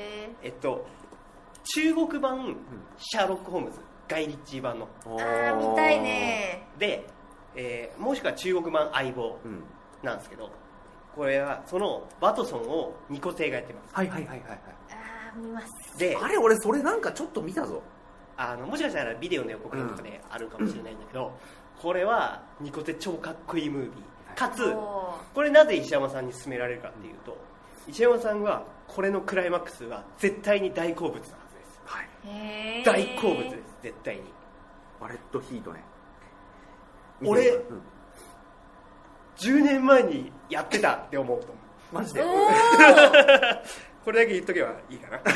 S3: 中国版シャーロック・ホームズ、ガイ・リッチー版の。
S2: 見たいね。
S3: で、もしくは中国版相棒なんですけど、これはそのワトソンをニコテイがやってます。
S2: 見ます。
S3: で
S1: あれ俺それなんかちょっと見たぞ。
S3: もしかしたらビデオの予告編とかであるかもしれないんだけど、これはニコテ超かっこいいムービーかつ、これなぜ石山さんに勧められるかっていうと、石山さんはこれのクライマックスは絶対に大好物なはずです。大好物です絶対に。
S1: バレット・ヒートね。
S3: 俺、10年前にやってたって思うと思う。
S1: マジで
S3: これだけ言っとけばいいかな。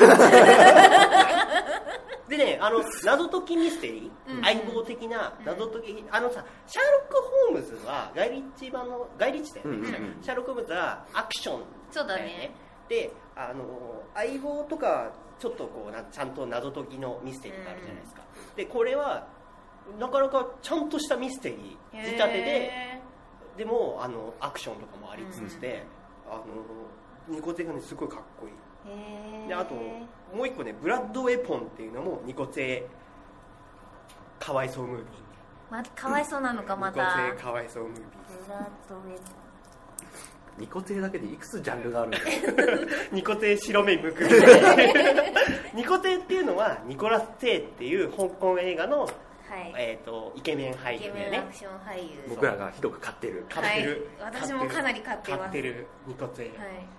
S3: でね、謎解きミステリー、相棒的な謎解き、シャーロック・ホームズはガイリッチ版のガイリッチだよね。シャーロック・ホームズはアクションだよね。で、相棒とかちょっとこうちゃんと謎解きのミステリーがあるじゃないですか。でこれはなかなかちゃんとしたミステリー仕立てで、でもアクションとかもありつつで、ニコテがねすごいかっこいい。であともう一個ね、ブラッドウェポンっていうのもニコテかわいそうムービー。
S2: かわいそうなのかまた。
S3: ニコテかわいそうムービー。
S2: ブラッドウェポン。
S1: ニコテだけでいくつジャンルがあるんだよ。
S3: ニコテ白目むく。ニコテっていうのはニコラス・テイっていう香港映画のイケメン俳優
S2: イケメンアクション俳優、
S1: 僕らがひどく買ってる、
S2: はい、私もかなり買ってます。
S3: 買ってるニコツェ、
S2: はい、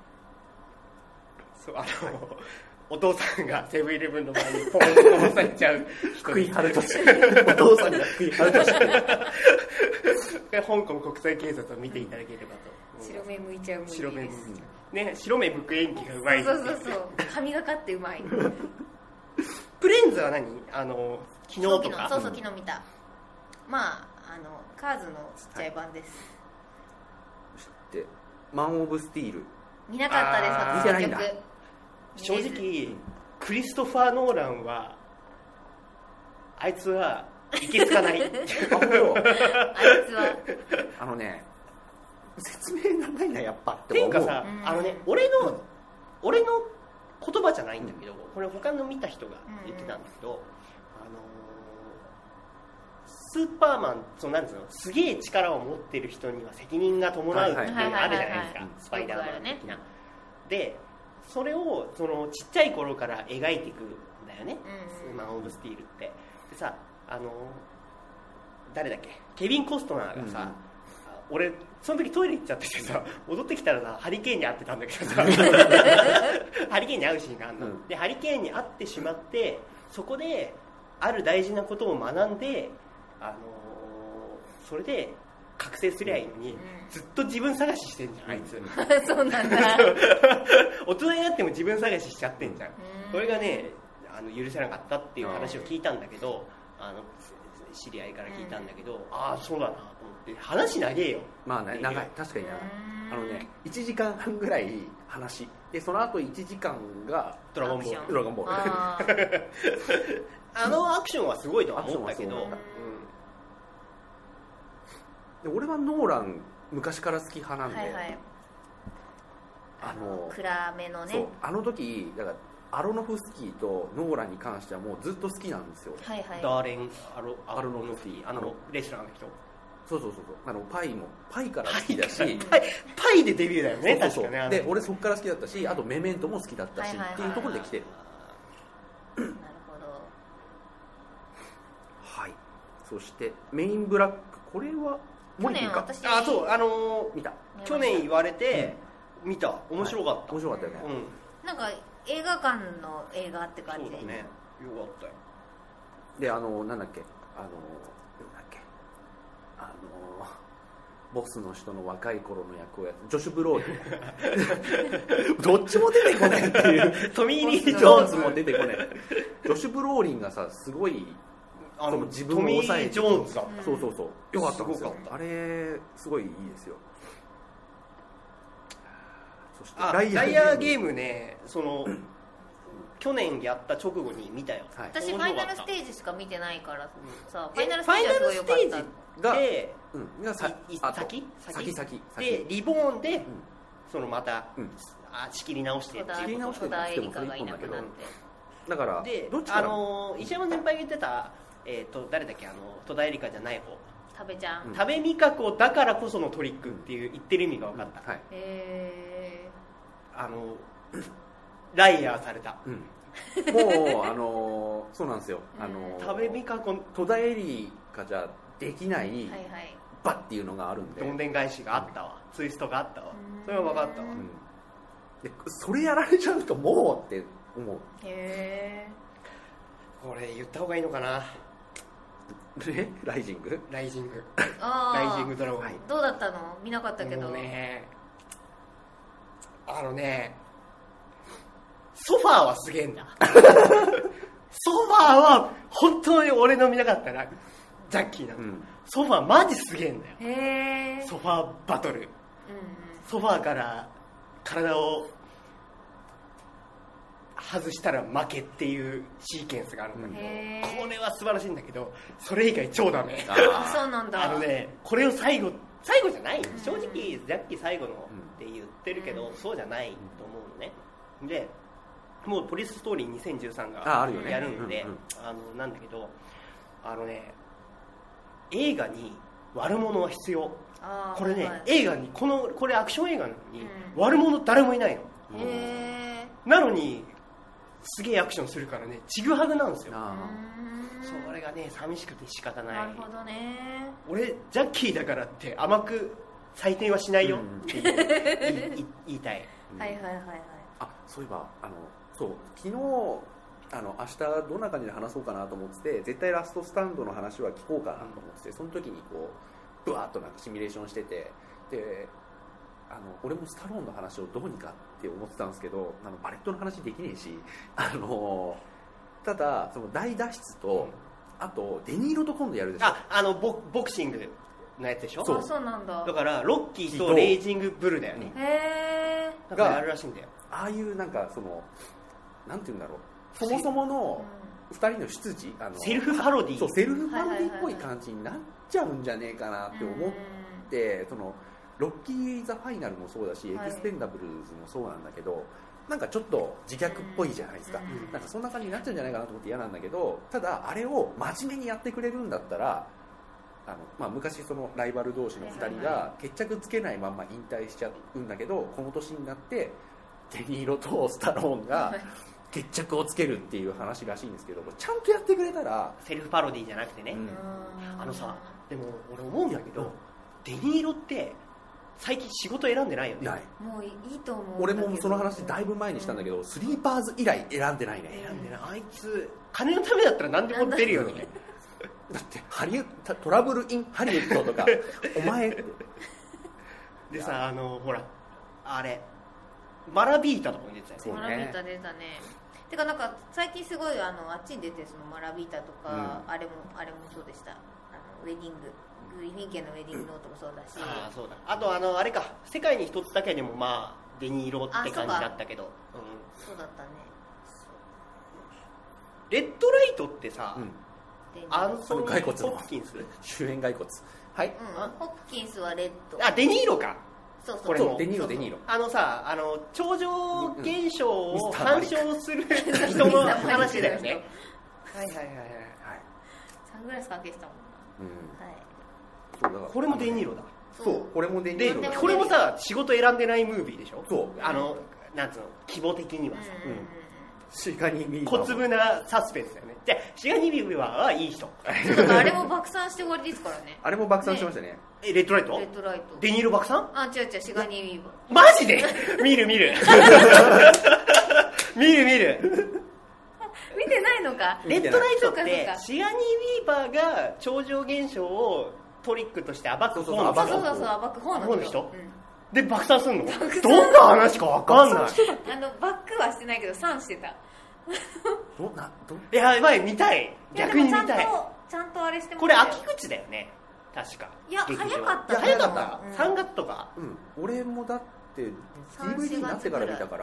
S3: そうお父さんがセブンイレブンの前にポンと押さえちゃう
S1: 福井春俊お父さんが福井春俊
S3: 香港国際警察を見ていただければと。
S2: 白目向いちゃうムービーです。
S3: 白目向く演技がうまい。
S2: そう神がかってうまい。
S3: プレンズは何？昨日とか。
S2: そう昨日見た。まあカーズのちっちゃい版です。
S1: でマン・オブ・スティール
S2: 見なかったです。
S1: 見てないんだ。
S3: 正直クリストファー・ノーランはあいつはいけつかない。あいつ
S2: は
S1: 説明がないなやっぱ
S3: っていうかさ、俺の言葉じゃないんだけど、これ他の見た人が言ってたんだけど、スーパーマン、なんつうの、すげえ力を持ってる人には責任が伴うっていうのがあるじゃないですか、スパイダーマン的な。でそれをちっちゃい頃から描いていくんだよね、マン・オブ・スティールって。でさ、誰だっけ、ケビン・コストナーがさ、俺その時トイレ行っちゃっててさ、戻ってきたらさハリケーンに会ってたんだけどさハリケーンに会うシーンがあるの、でハリケーンに会ってしまって、そこである大事なことを学んで、それで覚醒すりゃいいのに、ずっと自分探ししてんじゃん、あいつ。
S2: そうなんだ。
S3: 大人になっても自分探ししちゃってんじゃん。それがね、許せなかったっていう話を聞いたんだけど、知り合いから聞いたんだけど、ああそうだなと思って、話長えよ。
S1: まあね、長い、確かに長い。1時間半ぐらい話で、その後1時間が
S3: ドラゴンボール。アクションはすごいとは思ったけど、
S1: で俺はノーラン昔から好き派なんで、
S2: 暗めのね、
S1: そうあの時だからアロノフスキーとノーランに関してはもうずっと好きなんですよ。
S3: ダーレン・アロノフスキー、レスラーの人。
S1: そうパイから好きだし
S3: パイでデビューだよね。確かね。
S1: で俺そっから好きだったし、あとメメントも好きだったしっていうところで来てる。
S2: なるほど。
S1: はい。そしてメインブラック、これは
S2: 去年私
S3: 見た。去年言われて見た。面白かった。
S1: 面白かったよね。
S2: なんか映画館の映画って感じで。
S3: そうだね。よかったよ。
S1: でなんだっけボスの人の若い頃の役をやってジョシュ・ブローリンどっちも出てこないっていう
S3: トミー・リー・
S1: ジョーンズも出てこないジョシュ・ブローリンがさすごい自分を抑えて
S3: トミー・ジョーンズだ。
S1: そうよかったんですよ。あれすごいいいですよ。そして
S3: ライアーゲームね、去年やった直後に見たよ。
S2: 私ファイナルステージしか見てないからさ、ファイナルステージはすごい良かった。
S3: 先でリボーンでまた仕切り直して
S2: 戸田恵梨香がいなくなって、
S1: だから
S3: で石山先輩が言ってた誰だっけ、戸田恵梨香じゃない方、
S2: 多部ちゃん、
S3: 多部未華子だからこそのトリックっていう言ってる意味が分かった。ライアーされた。
S1: もうそうなんですよ。
S3: 多部未華子、
S1: 戸田恵梨香じゃできないバッっていうのがあるんで、
S3: どんでん返しがあったわ、ツイストがあったわ。それは分かったわ。
S1: でそれやられちゃうともうって思う。
S3: これ言った方がいいのかな。
S1: ライジング
S3: ドラゴン。
S2: どうだったの？見なかったけど。
S3: ソファーはすげえんだ。ソファーは本当に俺の見なかったらジャッキーなの。ソファーマジすげえんだよ。ソファーバトル。ソファーから体を外したら負けっていうシーケンスがあるんだけど、これは素晴らしいんだけど、それ以外超ダメ。
S2: そうなんだ。
S3: これを最後じゃない。正直ジャッキー最後のって言ってるけど、そうじゃないと思うのね。でもうポリスストーリー2013がやるんで、なんだけど映画に悪者は必要。これね、映画にこれアクション映画なのに悪者誰もいないの。なのにすげえアクションするからねちぐはぐなんですよ。それがね寂しくて仕方ない。
S2: なるほどね。
S3: 俺ジャッキーだからって甘く採点はしないよって言いたい。
S2: はいはいはいはい。
S1: あ、そういえばそう昨日明日どんな感じで話そうかなと思ってて、絶対ラストスタンドの話は聞こうかなと思ってて、その時にこうブワーッとなんかシミュレーションしてて、で俺もスタローンの話をどうにかって思ってたんですけど、バレットの話できねえし、ただその大脱出と、あとデニーロと今度やるでしょ。
S3: ボクシングのやつでしょ。
S2: そうなんだ。
S3: だからロッキーとレイジングブルだよね。
S2: へ
S3: ー。があるらしいんだよ。
S1: ああいうなんかそのなんていうんだろう、そもそもの2人の出自
S3: セルフパロディ、
S1: そうセルフパロディっぽい感じになっちゃうんじゃねえかなって思って、そのロッキー・ザ・ファイナルもそうだし、エクスペンダブルズもそうなんだけど、なんかちょっと自虐っぽいじゃないですか、なんかそんな感じになっちゃうんじゃないかなと思って嫌なんだけど、ただあれを真面目にやってくれるんだったら、昔そのライバル同士の2人が決着つけないまま引退しちゃうんだけど、この年になってデニーロとスタローンが決着をつけるっていう話らしいんですけど、ちゃんとやってくれたら、
S3: セルフパロディじゃなくてね、さ、でも俺思うんだけど、デニーロって最近仕事選んでないよね。
S2: もういいと思う。
S1: 俺もその話だいぶ前にしたんだけど、スリーパーズ以来選んでないね。
S3: 選んでない。あいつ金のためだったら何でも出るよね。
S1: だってトラブルインハリウッドとかお前って
S3: でさ、ほらあれマラビータとかも出てたよ
S2: ね。マラビータ出たね。てかなんか最近すごいあっちに出てるそのマラビータとか、あれもそうでした。ウェディンググリフィン家のウェディングノートもそうだし、
S3: そうだ。あとあれか、世界に一つだけでもデニーロって感じだったけど、
S2: そうだったね。
S3: レッドライトってさ、アンソニー・ホプキンス、
S1: 主演骸骨、はい、
S2: ホプキンスはレッド、
S3: デニーロか。
S1: そうこれもデニーロ
S3: 超常現象を干渉する人の話だよね。はいはいはいはい。
S2: サングラスかけてたもんな。
S3: はい。これもデニーロだ。
S1: そう、これもデニーロだ。
S3: これもさ、仕事選んでないムービーでしょ。
S1: そう。
S3: なんつうの、規模的にはさ、
S1: シガニー・ビーバー
S3: 小粒なサスペンスだよね。じゃあシガニー・ビーバーはいい人。
S2: あれも爆散して終わりですからね。
S1: あれも爆散しましたね。
S3: レッドライト？
S2: レッドライト。
S3: デニーロ爆散？
S2: 違うシガニー・ビーバ
S3: ー。マジで？見る見る見て
S2: ないのか。
S3: レッドライトってシガニー・ビーバーが超常現象をトリックとして暴く方の人。
S2: そう暴く方の人。
S3: で爆散すんの？どんな話か分かんない。
S2: バックはしてないけど散してた。
S3: いやばい、見たい。逆に見たい。
S2: ちゃんとあれしてます。
S3: これ秋口だよね、確か。
S2: いや早かった。
S3: 早かった。3月とか。
S1: 俺もだって DVD になってから見たから。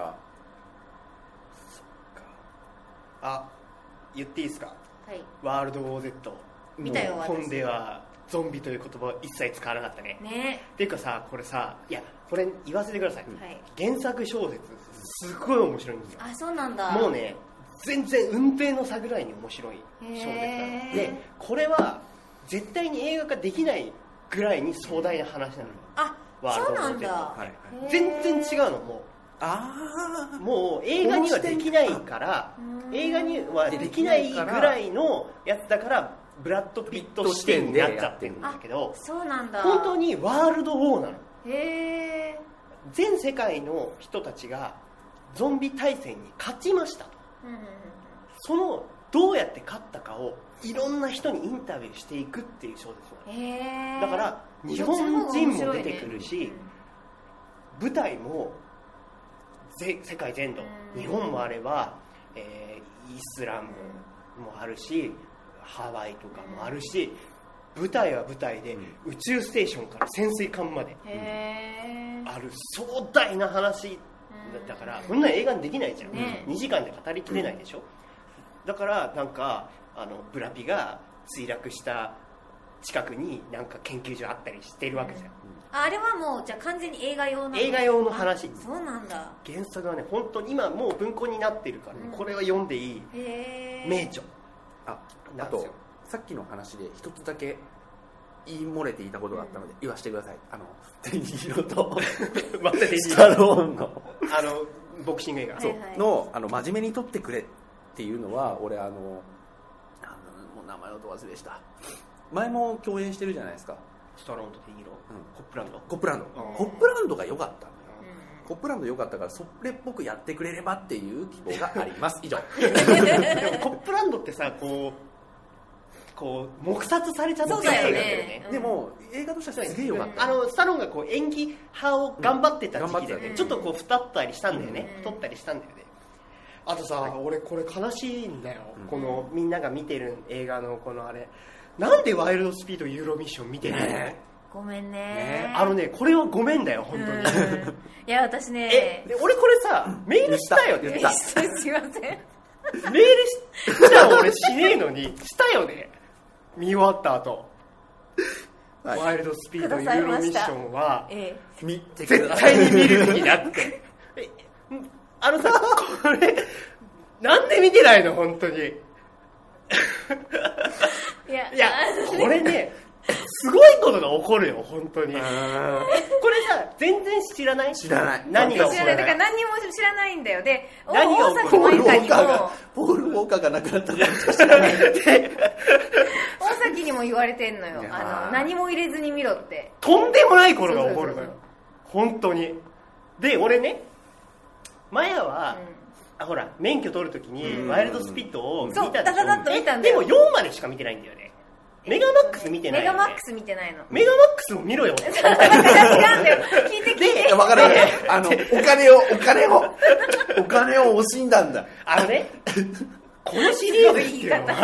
S3: 言っていいですか。
S2: はい。
S3: ワールド・ウォー・ゼット。
S2: 見たよ。
S3: 本ではゾンビという言葉を一切使わなかったね。
S2: ね。
S3: っていうかさ、これさ、いやこれ言わせてください。原作小説すごい面白いんですよ。
S2: そうなんだ。
S3: もうね、全然運命の差ぐらいに面白い小説なんで、これは絶対に映画化できないぐらいに壮大な話なのよ。
S2: そうなんだ。
S3: 全然違うの。もう映画にはできないから、映画にはできないぐらいのやつだからブラッド・ピット視点になっちゃってるんだけど、
S2: そうなんだ。
S3: 本当にワールド・ウォーなの。
S2: へー。
S3: 全世界の人たちがゾンビ大戦に勝ちましたと。そのどうやって勝ったかをいろんな人にインタビューしていくっていう小説なの。だから日本人も出てくるし、舞台も世界全土、日本もあれば、イスラムもあるし、ハワイとかもあるし、舞台は舞台で宇宙ステーションから潜水艦まである壮大な話だから、こんな映画にできないじゃん、2時間で語りきれないでしょ。だからなんかブラピが墜落した近くになんか研究所あったりしてるわけじゃん。
S2: あれはもうじゃあ完全に映画用の
S3: 話。
S2: そうなんだ。
S3: 原作はね、本当に今もう文庫になってるからね、これは読んでいい名著。
S1: あとさっきの話で一つだけ言い漏れていたことがあったので言わせてください。デニーロとスタローンの
S3: ボクシング映画
S1: そうの真面目に撮ってくれっていうのは俺もう名前のと忘れした前も共演してるじゃないですか
S3: スタローンとデニーロ、コップランド
S1: コップランドが良かったのよ、コップランド良かったからそれっぽくやってくれればっていう希望があります以上
S3: でもコップランドってさこう黙殺されちゃった
S2: そうだよ
S3: ね、
S1: でも映画としてはすげえ良かった、
S3: スタローンがこう演技派を頑張ってた時期で、ねちょっとこう太ったりしたんだよね、太ったりしたんだよね。あとさ、俺これ悲しいんだよ、このみんなが見てる映画のこのあれなんでワイルドスピードユーロミッション見てないの、
S2: ごめんね
S3: これはごめんだよ本当に
S2: いや私ね
S3: で俺これさメールしたよね
S2: すいません
S3: メールした俺しねえのにしたよね見終わった後、はい、ワイルドスピードユーロミッションは、絶対に見るべきだってさこれなんで見てないの本当にいやこれねすごいことが起こるよ本当にこれさ全然知らない何が起こる
S2: だから何にも知らないんだよで
S3: 何が起こる
S1: ポール・ウォーカーが亡くなったから知らない
S2: 大崎にも言われてんのよ何も入れずに見ろって
S3: とんでもないことが起こるのよ本当にで俺ね前は、ほら免許取るときにワイルドスピードを見たでしょ、
S2: ダダダッと見たんだよ
S3: でも4までしか見てないんだよねメガマックス見てない、
S2: メガマックス見てないの
S3: メガマックスも見ろよ
S2: 違うんだよ聞いて
S1: 分かるお金を惜しんだんだ
S3: ねこのシリーズっていうの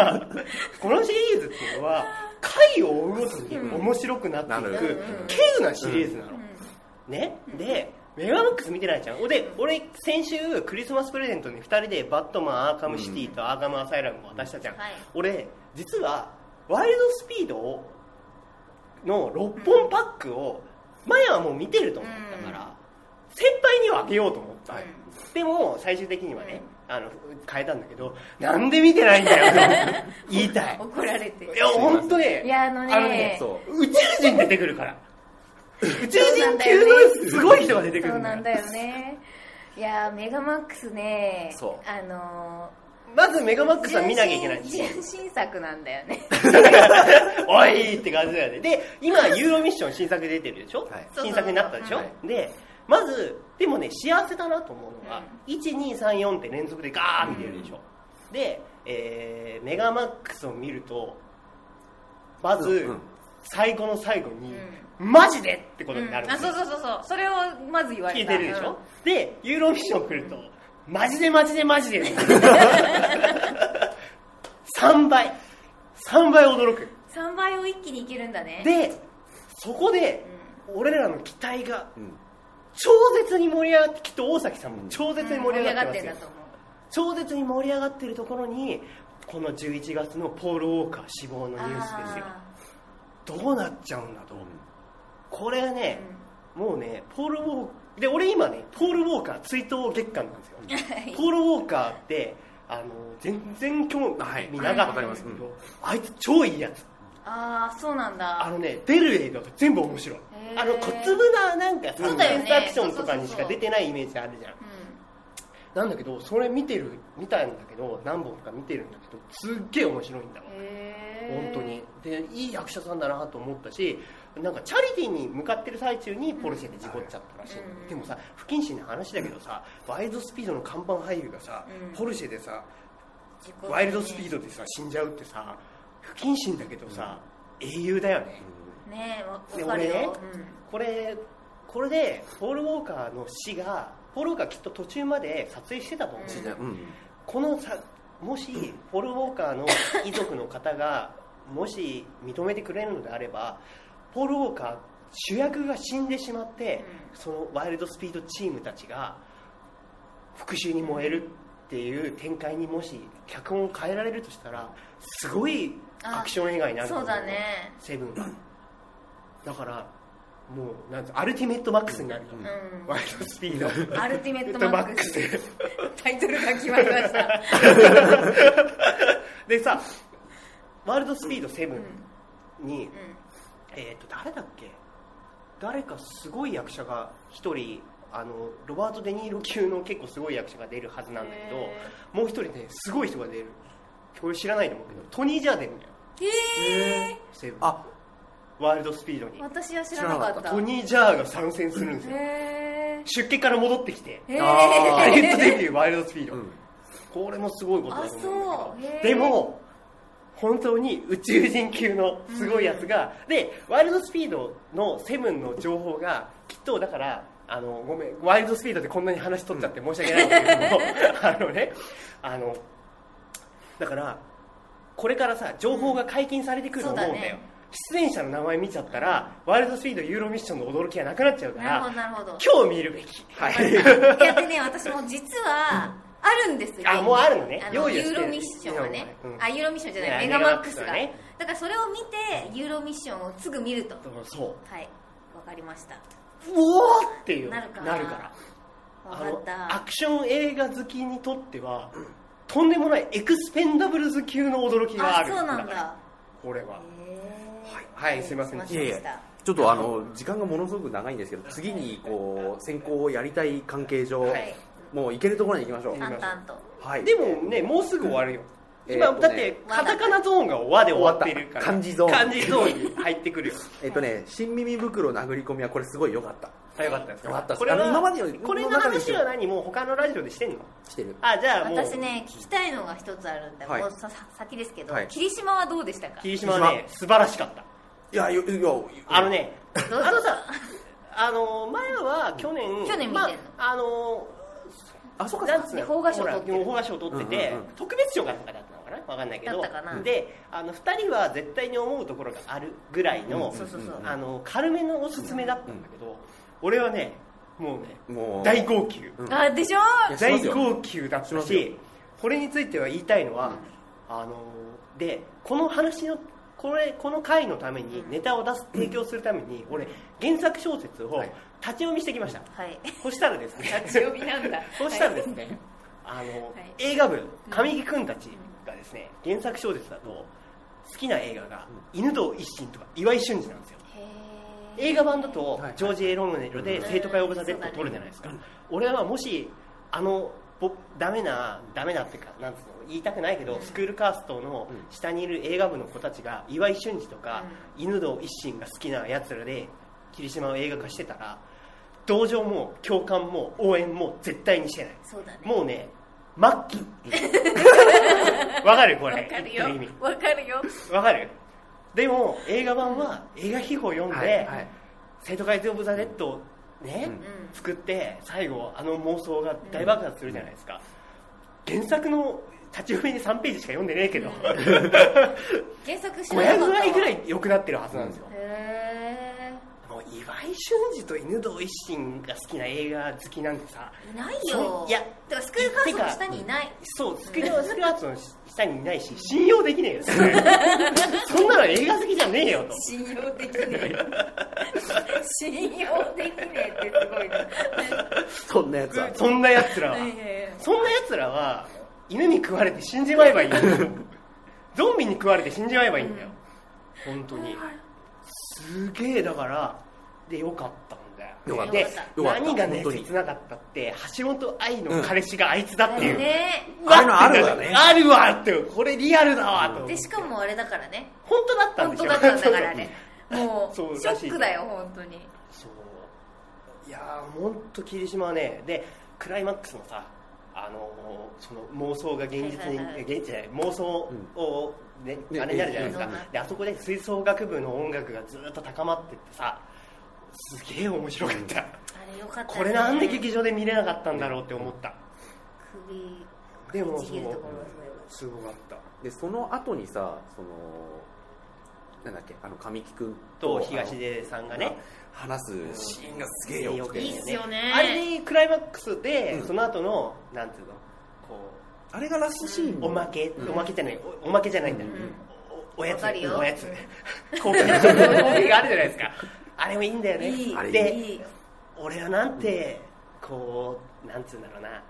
S3: は回を追うごとに面白くなっていく稀有なシリーズなの、ねでメガマックス見てないじゃんで俺先週クリスマスプレゼントに2人でバットマンアーカムシティとアーカムアサイラムを渡したじゃん、俺実はワイルドスピードの6本パックを前はもう見てると思ったから、先輩にはあげようと思った、でも最終的にはね変えたんだけどなんで見てないんだよ言いたい
S2: 怒られて
S3: いや本当ね
S2: いや
S3: 宇宙人出てくるから宇宙人級のすごい人が出てくる
S2: そうなんだよねいやメガマックスね
S3: まずメガマックスは見なきゃいけない
S2: 純真作なんだよね
S3: おいって感じだよねで今ユーロミッション新作出てるでしょ、新作になったでしょ、でまずでもね幸せだなと思うのは、1234って連続でガーッ見てるでしょ、で、メガマックスを見るとまず、最後の最後に、マジでってことになるんですよ、
S2: そうそれをまず言われた
S3: 聞いてるでしょ、でユーロミッション来るとマジで3倍驚く
S2: 3倍を一気にいけるんだね
S3: でそこで、俺らの期待が、超絶に盛り上がってきっと大崎さんも超絶に盛り上がってますよ、超絶に盛り上がってるところにこの11月のポール・ウォーカー死亡のニュースですよどうなっちゃうんだと、これはね、もうねポール・ウォーカーで俺今ねポール・ウォーカー追悼月間なんですよポール・ウォーカーって全然興味なかったんですけど、あいつ超いいやつ
S2: そうなんだ
S3: 出る映画が全部面白い小粒ななんかサスペンスアクションとかにしか出てないイメージあるじゃん、なんだけどそれ見たんだけど何本か見てるんだけどすっげえ面白いんだわ本当にでいい役者さんだなと思ったしなんかチャリティーに向かってる最中にポルシェで事故っちゃったらしい、でもさ不謹慎な話だけどさワイルドスピードの看板俳優がさ、ポルシェでさワイルドスピードでさ死んじゃうってさ不謹慎だけどさ、英雄だよね、
S2: 分かるよ、
S3: ねこれでポール・ウォーカーの死がポール・ウォーカーきっと途中まで撮影してたと思うんですよ、このさもしポール・ウォーカーの遺族の方がもし認めてくれるのであればポール・ウォーカー主役が死んでしまって、そのワイルドスピードチームたちが復讐に燃えるっていう展開にもし脚本を変えられるとしたらすごいアクション映画になると思う。
S2: そうだね、
S3: セブンがだからもうなんてアルティメットマックスになるよ、ワイルドスピード
S2: アルティメットマックスタイトルが決まりました
S3: でさワイルドスピード7に、誰だっけ誰かすごい役者が一人ロバート・デ・ニーロ級の結構すごい役者が出るはずなんだけど、もう一人ねすごい人が出る。これ知らないと思うけど、トニー・ジャー出るんだよ。セブン、ワイルドスピードに。
S2: 私は知らなかった。
S3: トニー・ジャーが参戦するんですよ。出家から戻ってきて、
S2: ハ
S3: リウッドデビューワイルドスピード、これもすごいことだと思うんだけど、でも本当に宇宙人級のすごいやつが、でワイルドスピードのセブンの情報がきっとだからごめん、ワイルドスピードでこんなに話取っちゃって申し訳ないんだけどもだからこれからさ情報が解禁されてくると思うんだよ、出演者の名前見ちゃったらワイルドスピードユーロミッションの驚きがなくなっちゃうから、
S2: なるほど
S3: 今日見るべき。
S2: いやでね、私も実はあるんですよ。
S3: もうあるのね。
S2: ユーロミッションがね、ユーロミッションじゃない、メガマックスが、だからそれを見てユーロミッションをすぐ見ると。
S3: そう、
S2: はい、わかりました。
S3: うおーっていう
S2: なるから。
S3: アクション映画好きにとってはとんでもないエクスペンダブルズ級の驚きがある。
S2: そうなんだ。
S3: これははい、すいません。
S1: ちょっと時間がものすごく長いんですけど、次に先行をやりたい関係上、もう行けるところに行きましょう。
S2: 淡々と。
S3: でもね、もうすぐ終わるよ。今だってカタカナゾーンが和で終わってるから、
S1: 漢字ゾーン
S3: に入ってくるよ。
S1: 新耳袋殴り込みはこれすごい良かった。
S3: よかったです。
S1: よかったです。
S3: これの話は何もう他のラジオでしてんの？
S1: してる。
S2: じゃあもう私ね聞きたいのが一つあるんで、もう先ですけど、霧島はどうでしたか？
S3: 霧島はね素晴らしかった。ね、前は去年
S2: 見てんの？
S3: そうか、
S2: 邦画賞取ってる。
S3: 邦画賞取ってて、特別賞がとかだったのかな、わかんないけど、で2人は絶対に思うところがあるぐらいの軽めのおすすめだったんだけど、俺はねもう大号泣。
S2: でしょ？
S3: 大号泣だったし、これについては言いたいのは、でこの話のこの回のためにネタを提供するために俺原作小説を立ち読みしてきました。そしたらですね、
S2: 立ち読みなんだ。
S3: そしたらですね、映画部神木君たちがですね、原作小説だと好きな映画が犬堂一心とか岩井俊二なんですよ。映画版だとジョージ・エロムネルで生徒会オブザ・デッドを撮るじゃないですか。俺はもしダメなっていうか、なんつうの言いたくないけど、スクールカーストの下にいる映画部の子たちが岩井俊二とか犬堂一心が好きなやつらで霧島を映画化してたら、同情も共感も応援も絶対にしてない。
S2: そうだね。
S3: もうね、末期。わかるこれ。
S2: わかるよ。
S3: わかる。でも映画版は映画秘宝読んで、生徒会オブザ・デッドをね、作って最後妄想が大爆発するじゃないですか。原作の立ち読みで3ページしか読んでねえけど、
S2: 原作知らなかった。
S3: 500倍ぐらい良くなってるはずなんですよ。もう岩井俊二と犬堂一心が好きな映画好きなんてさ、
S2: いないよ。
S3: いや、
S2: だからスクールカーストの下にいない。
S3: そう、スクールカーストの下にいないし、信用できねえよ。そんなの映画好きじゃねえよと。
S2: 信用できねえよ。信用できねえってすごいな。
S1: そんなやつらは犬に食われて死んじまえばいいんだよ。ゾンビに食われて死んじまえばいいんだよ。本当に。すげえ、だからでよかったんだよ。で何がね切なかったって、橋本愛の彼氏があいつだっていう、 あるわね。
S3: あるわって、これリアルだわと。
S2: でしかもあれだからね、
S3: 本当だったんでしょ。
S2: 本当だったんだからね。もうショックだよ本当に。
S3: そう、いやー本当霧島はね、でクライマックスのさ、その妄想が現実に、現実じゃない妄想をね、あれになるじゃないですか。であそこで吹奏楽部の音楽がずっと高まってってさ、すげえ面白かった。
S2: あれよかったね。
S3: これなんで劇場で見れなかったんだろうって思った。でも
S2: ちぎるところ
S3: すごかった。
S1: でその後にさ、なんだっけ、神木君
S3: と東出さんがね
S1: 話すシーンがすげえよくて、
S2: いいっすよね。
S3: あれでクライマックスで、その後のなんていうの、こう
S1: あれがラストシーン。
S3: おまけじゃない、おまけじゃないんだよ。おやつ、
S2: お
S3: やつ。高級なコーヒーがあるじゃないですか。あれもいいんだよね。で、俺はなんてこう、なんつうんだろうな、なん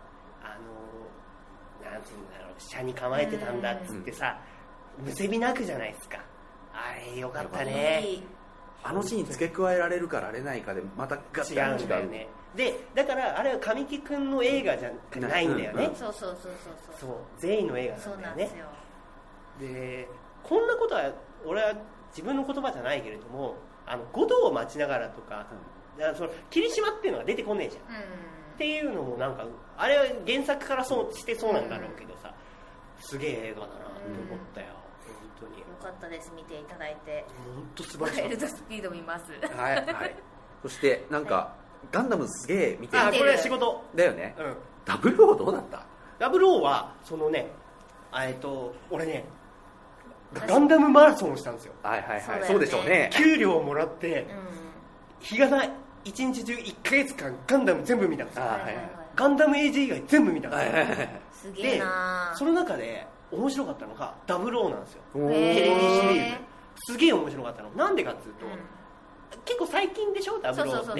S3: つうんだろう、車に構えてたんだっつってさ、むせび泣くじゃないですか。あれよかったね。
S1: あのシーン付け加えられるかられないかでまたガッ
S3: 違うんだよね。 でだからあれは神木くんの映画じゃないんだよね、
S2: そう
S3: 全員の映画なんだよね。そうなんですよ。でこんなことは俺は自分の言葉じゃないけれども五道を待ちながらとか、その霧島っていうのが出てこねえじゃん、っていうのもなんかあれは原作からそうしてそうなんだろうけどさ、すげえ映画だなと思ったよ、本当に。よ
S2: かったです、見ていただいて。
S3: 本当素晴らしい。
S2: ワイルドスピード見ます。
S1: はいはい。そしてなんか、ガンダムすげえ見てる。
S3: これは仕事
S1: だよね。ダブルオーどうだった？
S3: ダブルオーはそのね、俺ねガンダムマラソンをしたんですよ。
S1: はいはいはい。そうでしょうね。
S3: 給料をもらって、日がない一日中1ヶ月間ガンダム全部見たんですよ。ガンダムエイジ以外全部見たんですよ。
S2: すげえな。
S3: その中で面白かったのがダブルオーなんですよ。テレビシリーズすげえ面白かったの。なんでかっていうと、結構最近でしょダブルオーって。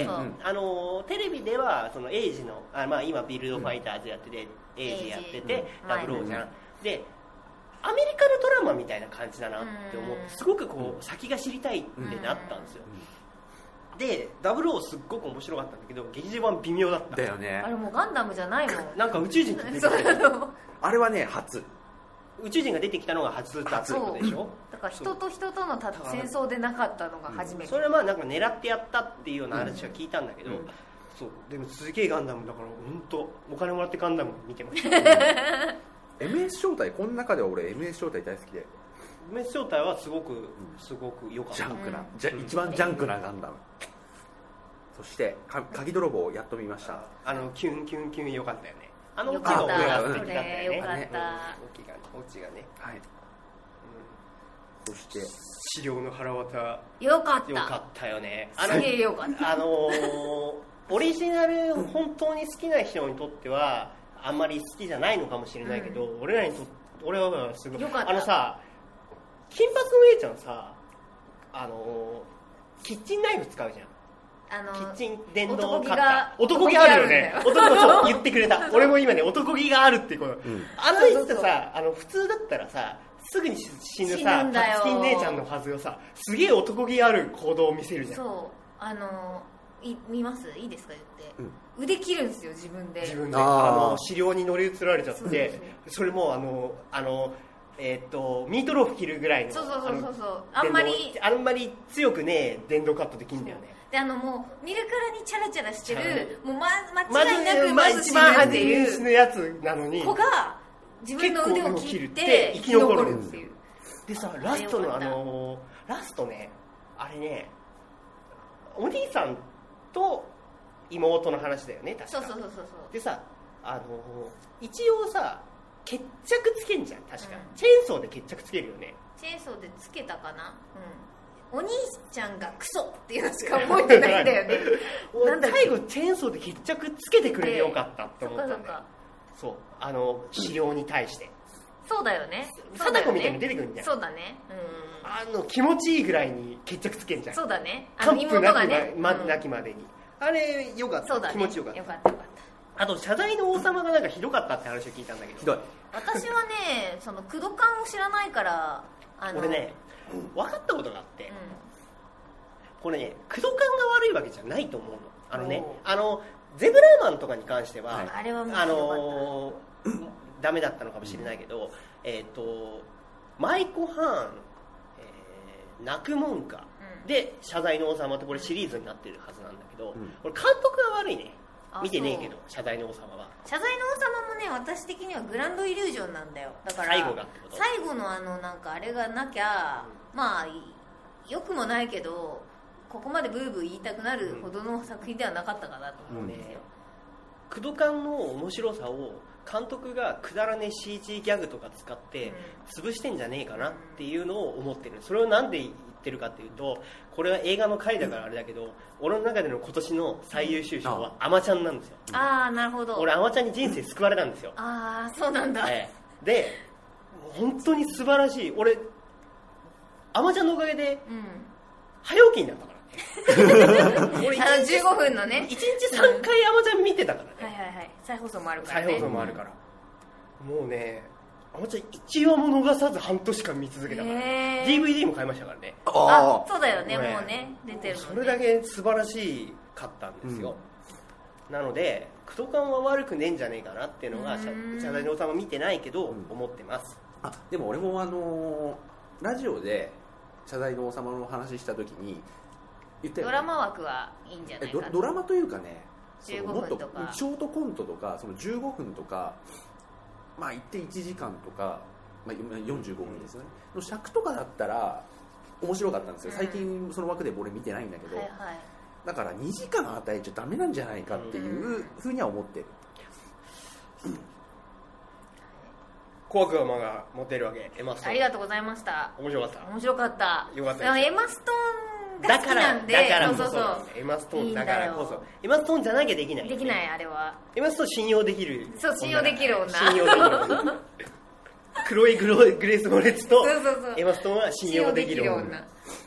S3: テレビではそのエイジの今ビルドファイターズやってて、エイジやっててダブルオーじゃん。でアメリカのドラマみたいな感じだなって思って、すごくこう先が知りたいってなったんですよ。でダブルオーすっごく面白かったんだけど、劇場版微妙だった。
S1: だよね。
S2: あれもうガンダムじゃないもん。
S3: なんか宇宙人が出てきて
S1: あれはね初。
S3: 宇宙人が出てきたのが初だったことでしょ。
S2: だから人と人との戦争でなかったのが初めて。
S3: それはなんか狙ってやったっていうような話は聞いたんだけど、そうでもすげえガンダムだから本当お金もらってガンダム見てました。
S1: MS 招待、この中では俺 MS 招待大好きで、
S3: MS 招待はすごく良かった。
S1: ジャンクな、一番ジャンクなガンダム。そして鍵泥棒をやっと見ました。
S3: キュンキュンキュン良かったよね。
S2: よかった、
S3: 素敵だったよね。
S2: よかった。
S3: オチがね。
S1: はい。そして
S3: 資料の腹渡。
S2: よかった。
S3: よかったよね。
S2: すげえよかった。
S3: オリジナル本当に好きな人にとってはあんまり好きじゃないのかもしれないけど、俺はすごい。
S2: よかった。
S3: さ、金髪の A ちゃんさ、キッチンナイフ使うじゃん。キッチン電動カッター。男気あるよね。そう言ってくれた。俺も今ね、男気があるってこと。人ってさ、普通だったらさ、すぐに死ぬさ、キッチン姉ちゃんのはずがさ、すげえ男気ある行動を見せるじゃん。
S2: そう。見ます？いいですか言って。腕切るんですよ、自分で。
S3: 資料に乗り移られちゃって、それもミートローフ切るぐらいの。
S2: そう。あんまり
S3: 強くね、電動カットできんだよね。
S2: でもう見るからにチャラチャラしてる、もう間違いなくまず死ぬっていう
S3: 死ぬやつなのに、
S2: 子が自分の腕を切って生き残るっていう。
S3: でさ、ラストね、あれね、お兄さんと妹の話だよね、確か。そう。でさ、一応さ、決着つけんじゃん、確か。チェーンソーで決着つけるよね。
S2: チェーンソーでつけたかな。お兄ちゃんがクソっていうのしか覚えてないんだよね。
S3: 最後チェーンソーで決着つけてくれてよかったって思ったんだよ。そう、資料に対して。
S2: そうだよね。
S3: 貞子みたいに出てくるんじゃん。
S2: そうだね。
S3: 気持ちいいぐらいに決着つけんじゃん。
S2: そうだね。
S3: 完膚なきまでに。あれよかった。気持ちよかった。
S2: よかった。
S3: あと謝罪の王様がなんかひどかったって話を聞いたんだけど。
S1: ひどい。
S2: 私はね、そのクドカンを知らないから、
S3: 俺ね、分かったことがあって、これね、クドカンが悪いわけじゃないと思うの。ゼブラーマンとかに関しては、
S2: あれは
S3: ダメだったのかもしれないけど、マイコ・ハーン、泣くもんか、で謝罪の王様ってこれシリーズになってるはずなんだけど、これ監督が悪いね。見てねえけど、謝罪の王様は。
S2: 謝罪の王様もね、私的にはグランドイリュージョンなんだよ。だから
S3: 最後がってこと？
S2: 最後のなんかあれがなきゃ、まあ良くもないけど、ここまでブーブー言いたくなるほどの作品ではなかったかなと思うんですよ。
S3: クドカンの面白さを監督がくだらねえ CG ギャグとか使って潰してんじゃねえかなっていうのを思ってる。それをなんで言ってるかっていうと、これは映画の回だからあれだけど、俺の中での今年の最優秀賞はアマちゃんなんですよ。
S2: ああ、なるほど。
S3: 俺アマちゃんに人生救われたんですよ。
S2: ああ、そうなんだ。
S3: で本当に素晴らしい。俺アマちゃんのおかげで早起きになったから俺
S2: 15分のね、
S3: 1日3回アマちゃん見てたから
S2: ね。再放送もあるからね。
S3: 再放送もあるから、もうね、アマちゃん1話も逃さず半年間見続けたから、DVD も買いましたからね。
S2: あ、そうだよね、もうね、出てるもんね。
S3: それだけ素晴らしかったんですよ。 なのでクトカンは悪くねえんじゃねえかなっていうのが謝罪の王様見てないけど思ってます。
S1: でも俺もラジオで謝罪の王様の話した時に言ったよね、
S2: ドラマ枠はいいんじゃないかな。
S1: ドラマというかね、
S2: 15
S1: もっと
S2: 分とか
S1: ショートコントとかその15分とか、まあ言って1時間とか、まあ、45分ですよね、の尺とかだったら面白かったんですよ。最近その枠で俺見てないんだけど、
S2: はいはい、
S1: だから2時間与えちゃダメなんじゃないかっていうふうには思ってる。
S3: 怖くは間が持てるわけ。エマストーン
S2: ありがとうございました。
S3: 面白かった。
S2: 面白かった。
S3: よかったです。
S2: でもエマストーンが好きなんで、
S3: だからこそ
S2: そう
S3: エマストーンだからこそエマストーンじゃなきゃできない、
S2: できない。あれは
S3: エマストーン信用できる。
S2: そう、信用できる女。
S3: 信用できる女黒いグレース・モレッツと
S2: そう
S3: エマストーンは信用できる女。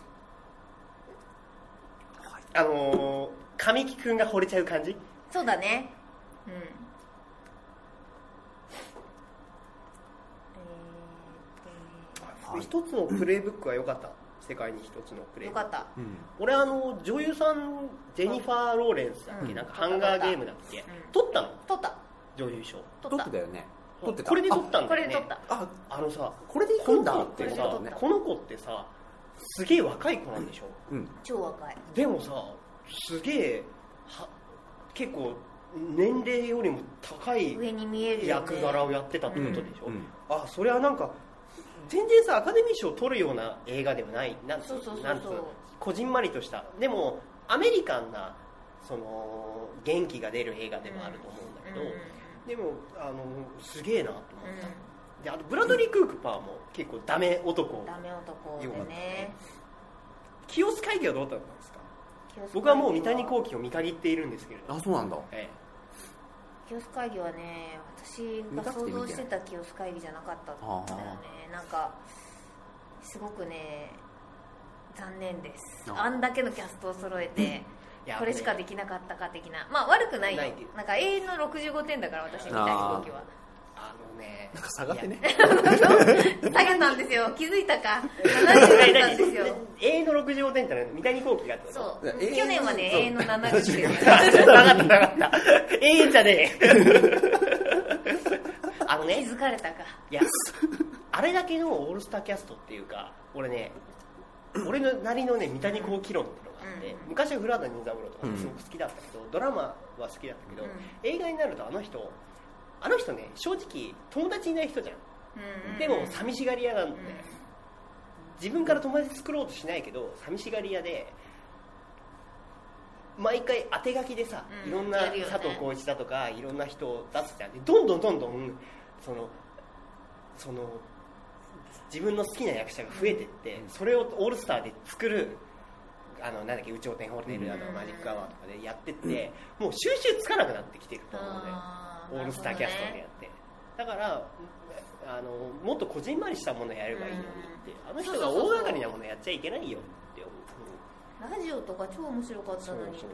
S3: 神木くんが惚れちゃう感じ。
S2: そうだね。
S3: 一つのプレイブックは良かった。世界に一つのプレイブック
S2: よかった、
S3: 俺女優さんジェニファー・ローレンスだっけ、なんかハンガーゲームだっけ、撮ったの？
S2: 撮った。
S3: 女優賞
S1: 撮ってたよね。撮ってた。
S3: これで撮ったんだよね。
S2: これで撮った。
S3: さ、
S1: これで行くんだって
S3: さ、この子ってさ、すげえ若い子なんでしょ、
S2: 超若い。
S3: でもさ、すげえ結構年齢よりも高い
S2: 上に見える
S3: 役柄をやってたってことでしょ、それはなんか全然さ、アカデミー賞を取るような映画ではない。なんつうの、こじんまりとした、でもアメリカンなその元気が出る映画でもあると思うんだけど、でもすげえなと思った、であとブラドリー・クークパーも結構ダメ男
S2: でね。
S3: 清須会議はどうだったんですか？僕はもう三谷幸喜を見限っているんですけれど。
S1: そうなんだ。
S2: 清須会議はね、私が想像してた清須会議じゃなかったんだよね。なんかすごくね、残念です。あんだけのキャストを揃えて、これしかできなかったか的な。まあ悪くないよ。なんか永遠の65点だから、私みたいに後期は。
S1: なんか下がってね。
S2: 下げたんですよ。気づいたか。70だったんですよ。
S3: 永遠の65点って三谷幸喜がってこと？
S2: そう。去年はね、永遠の70点。
S3: 下がった。永遠じゃねえ。
S2: 気づかれたか。
S3: いや、あれだけのオールスターキャストっていうか、俺のなりのね、三谷幸喜論っていうのがあって、昔は古畑任三郎とかすごく好きだったけど、ドラマは好きだったけど、映画になるとあの人ね、正直友達いない人じゃん、でも寂しがり屋なんで、自分から友達作ろうとしないけど寂しがり屋で、毎回当て書きでさ、いろんな佐藤浩市だとかいろんな人を出すじゃん。でどんどんその自分の好きな役者が増えてって、それをオールスターで作る、なんだっけ、有頂天ホテルだとかマジックアワーとかでやってって、もう収集つかなくなってきてると思うんだよ、オールスターキャストでやって。だからもっとこじんまりしたものやればいいのにって、あの人が大掛かりなものやっちゃいけないよって思う。
S2: ラジオとか超面白かったのにと思って。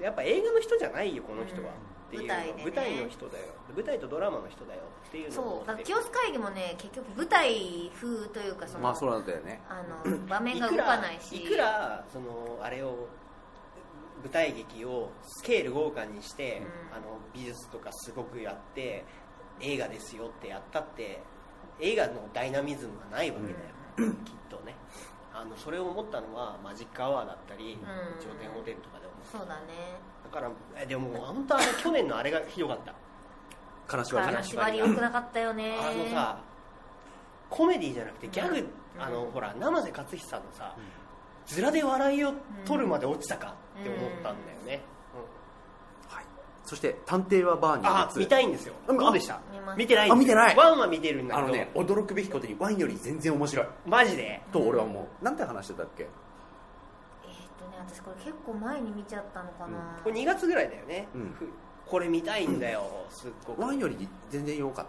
S3: やっぱ映画の人じゃないよこの人は、っていう、
S2: 舞台
S3: の人だよ、舞台とドラマの人だよっていうの。
S2: そうだから清須会議もね、結局舞台風というか、
S1: まあそうなんだよね、
S2: 場面が動かないし、
S3: いくらあれを舞台劇をスケール豪華にして、美術とかすごくやって映画ですよってやったって、映画のダイナミズムがないわけだよ、きっとね。それを思ったのはマジックアワーだったり、頂天ホテルとかでも。
S2: そうだね。
S3: だからでも本当去年のあれがひどかった。
S2: 金縛り良くなかったよね。
S3: さ、コメディじゃなくてギャグ、ほら生瀬勝久さんのさ、ズラで笑いを取るまで落ちたかって思ったんだよね。
S1: はい。そして探偵はバーに
S3: ー見たいんですよ。どうでした？見てない。
S1: 見てない。
S3: ワンは見てるんだけど、
S1: 驚くべきことにワンより全然面白い。
S3: マジで？
S1: と俺は思う。なんて話してたっけ？
S2: 私これ結構前に見ちゃったのかな。
S3: これ2月ぐらいだよね。これ見たいんだよ、すっごく。
S1: ワンより全然良かった。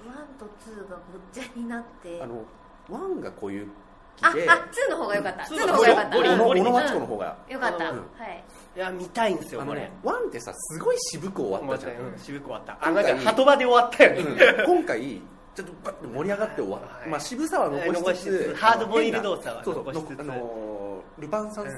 S2: ワンとツーがごっちゃになって、
S1: ワンがこういう
S2: ツーの方が良かった。ツーの方が良かった。
S1: 小野マチコの方が
S2: 良かった。はい。
S3: いや見たいんですよこれ。
S1: ワンってさ、すごい渋く終わったじゃん。
S3: 渋く終わった。なんか鳩場で終わったよね。
S1: 今回ちょっとバッと盛り上がって終わった。まあ渋さは残しつつ、
S3: ハードボイルドさは
S1: 残しつつ、ルパン三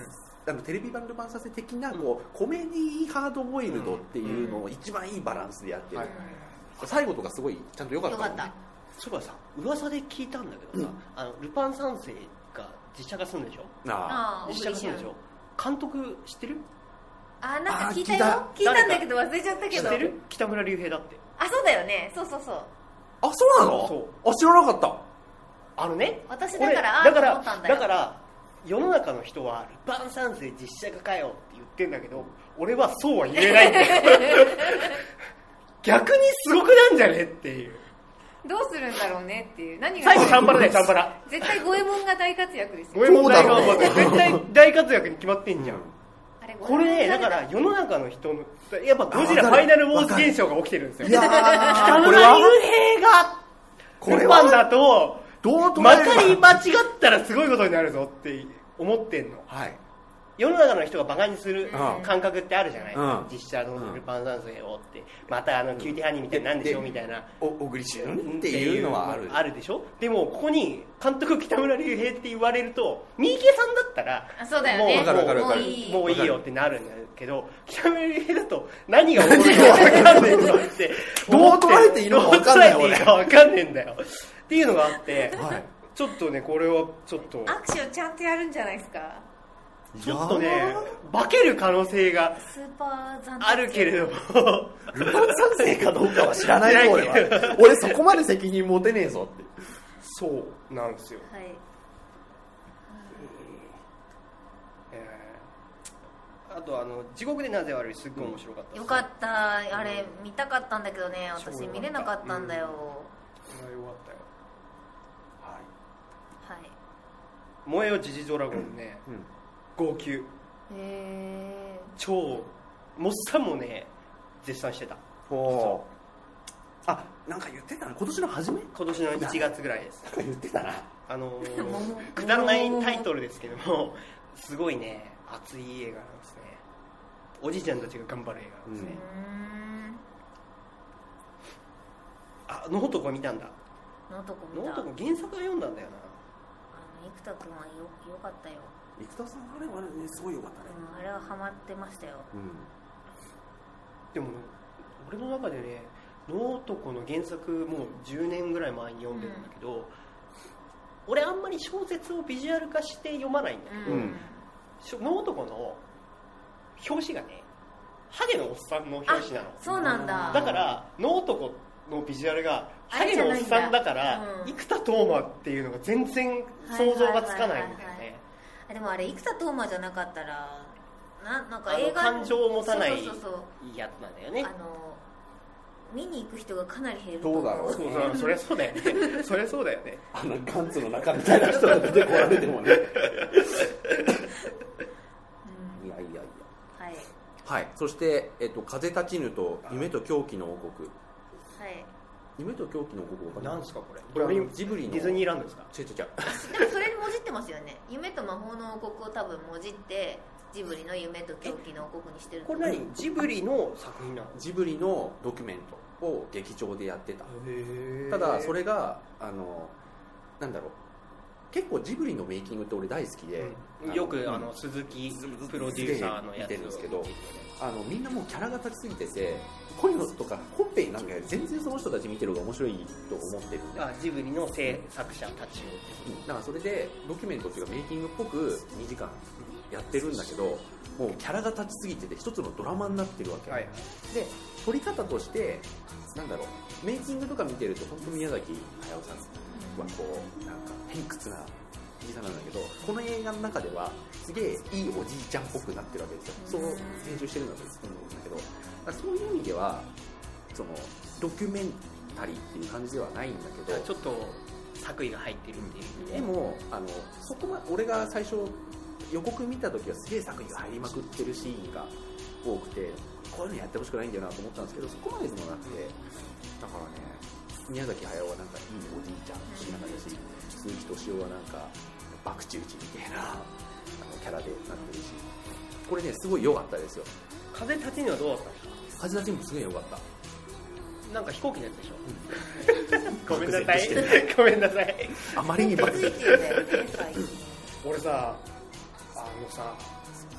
S1: テレビ版ルパン三世的なこうコメディハードボイルドっていうのを一番いいバランスでやってる、最後とかすごいちゃんと良かったもんね。
S3: そういえばさ、噂で聞いたんだけどさ、ルパン三世が実写化するんでしょ。実写化するんでしょ。監督知ってる？
S2: なんか聞いたよ。聞いたんだけど忘れちゃったけど。
S3: 知ってる？北村隆平だって。
S2: そうだよね。そうそうそう。
S1: そうなの？
S3: そう。
S1: 知らなかった。
S2: 私だから
S3: だから世の中の人はルパン三世実写化かよって言ってんだけど、俺はそうは言えないんだよ。逆にすごくなんじゃねっていう。
S2: どうするんだろうねっていう。何が
S3: 最後チャンバラだよ、チャンバラ。
S2: 絶対五右衛門が大活躍ですよ。
S3: 五右衛門大活躍。絶対大活躍に決まってんじゃん。これね、だから世の中の人のやっぱゴジラファイナルウォーズ現象が起きてるんですよ。北村隆平がルパンだとまかり間違ったらすごいことになるぞって思ってんの。世の中の人がバカにする感覚ってあるじゃないですか、実写のルパン三世をってまたキューティーハニーみたいなんでしょみたいな
S1: 小栗旬っていうのは
S3: あるでしょ。でもここに監督北村隆平って言われると三池さんだったら
S2: そうだよね、
S3: もういいよってなるんだけど、北村隆平だと何が起こるか分かんないんだって
S1: どう捉えていいのか分かんない
S3: 俺分かんねえんだよっていうのがあって、ちょっとねこれはちょっと
S2: アクションちゃんとやるんじゃないですか。
S3: ちょっとね化ける可能性があるけれども
S1: ルパン三世かどうかは知らないよ俺そこまで責任持てねえぞって。
S3: そうなんですよ。あと地獄でなぜ悪いすっごい面白かった。
S2: よかった。あれ見たかったんだけどね、私見れなかったんだよ。
S3: よかったよ。燃えよジジドラゴンね、号泣。超モッサンもね絶賛してた。
S1: なんか言ってたな、今年の初め、
S3: 今年の1月ぐらいです。
S1: なんか言ってたな。
S3: くだらないタイトルですけどもすごいね熱い映画なんですね。おじいちゃんたちが頑張る映画なんですね。のほとこ見たんだ。
S2: のほとこ
S3: 原作は読んだんだよな。
S2: 生田君はよかったよ。
S1: 生田さんあれはねすごいよかったね。
S2: あれはハマってましたよ。
S3: でも俺の中でねの男の原作もう10年ぐらい前に読んでるんだけど、俺あんまり小説をビジュアル化して読まないんだけど、の男の表紙がねハゲのおっさんの表紙なの。
S2: そうなんだ。
S3: だからの男のビジュアルがハゲのおっさんだから生田斗真っていうのが全然想像がつかないんだよね。
S2: でもあれ生田斗真じゃなかったらなんか映画
S3: 感情を持たないやつなんだよね。
S2: 見に行く人がかなり減る。
S1: どうだろう。
S3: そりゃそうだよね。そりゃそうだよね。
S1: ガンツの中みたいな人が出てこられてもね。いや。はい。そして風立ちぬと夢と狂気の王国。夢と狂気の王国は
S3: 何ですかこれ。
S1: これジブリの
S3: ディズニーランドですか。
S1: 違う。
S2: でもそれにもじってますよね。夢と魔法の王国を多分もじってジブリの夢と狂気の王国にしてる。
S3: これ何？ジブリの作品なの？
S1: ジブリのドキュメントを劇場でやってた。ただそれがなんだろう、結構ジブリのメイキングって俺大好きで、
S3: よく鈴木プロデューサーのやつ
S1: 見てるんですけど、みんなもうキャラが立ちすぎてて、こういうのとか本編なんか全然その人たち見てる方が面白いと思ってるんで、
S3: ジブリの制作者たち
S1: だからそれでドキュメントっていうかメイキングっぽく2時間やってるんだけど、もうキャラが立ちすぎてて一つのドラマになってるわけ、で撮り方としてなんだろう、メイキングとか見てると本当宮崎駿さんはこうなんか偏屈なおじさんなんだけど、この映画の中ではすげえいいおじいちゃんっぽくなってるわけですよ。そう編集してるんだけど、そういう意味ではそのドキュメンタリーっていう感じではないんだけど、
S3: ちょっと作為が入ってるっていう意味で、
S1: でもそこま俺が最初予告見た時はすげえ作為が入りまくってるシーンが多くて、こういうのやってほしくないんだよなと思ったんですけど、そこまででもなくて、だからね、宮崎駿はなんかいいおじいちゃんしながらだし、鈴木敏夫はなんか博打打ちみたいなキャラでなってるし、これねすごい良かったですよ。
S3: 風立ちぬはどうだったんですか？
S1: 風立ちぬもすごい良かった。
S3: なんか飛行機のやつでしょ。ごめんなさい。ごめんなさい。
S1: あまりにも
S3: 俺さ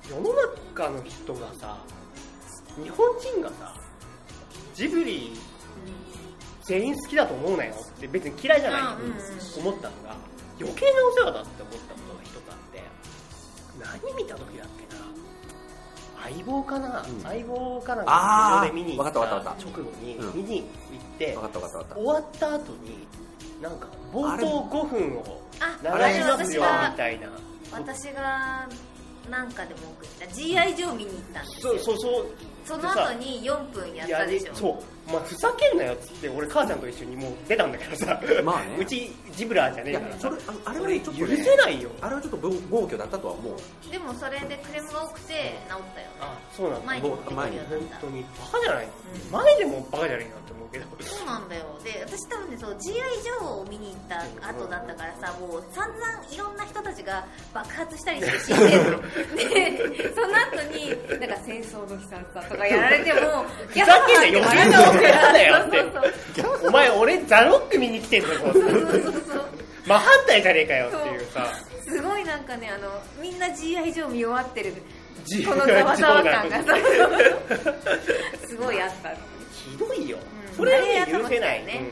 S3: 世の中の人がさ、日本人がさジブリ全員好きだと思うなよって、別に嫌いじゃない、思ったのが余計なお世話だって思ったことが一つあって、何見た時だっけな、相棒かな、相棒かなんか無料で見に行った直後に見に行って、終わった後になんか冒頭5分を流しますよみたいな、
S2: 私がなんかでも送った G.I. ジョー見に行ったんですよ。その後に4分やったでしょ。
S3: そう、まあ、ふざけんなよっつって俺母ちゃんと一緒にもう出たんだけどさ、まあね、うちジブラーじゃねえからさ、
S1: あれはちょっと、
S3: 許せないよ。
S1: あれはちょっと暴挙だったとは思う。
S2: でもそれでクレームが多くて治ったよね。
S3: あ、そうなんだ。
S2: 前に本
S3: 当にバカじゃないの、前でもバカじゃないなって思うけど。
S2: そうなんだよ。で、私多分ね、そう G.I. ジョーを見に行った後だったからさ、もう散々いろんな人たちが爆発したりして死んでるので、その後になんか戦争の悲惨さとかやられても
S3: ふざけんなよ、余計なお世話だよって。お前俺ザロック見に来てんのこう。真反対じゃねえかよっていうさ。
S2: すごいなんかね、みんな G.I. ジョー見終わってるこのざわざわ感がすごいあった。
S3: ひどいよ。それはね許せないね。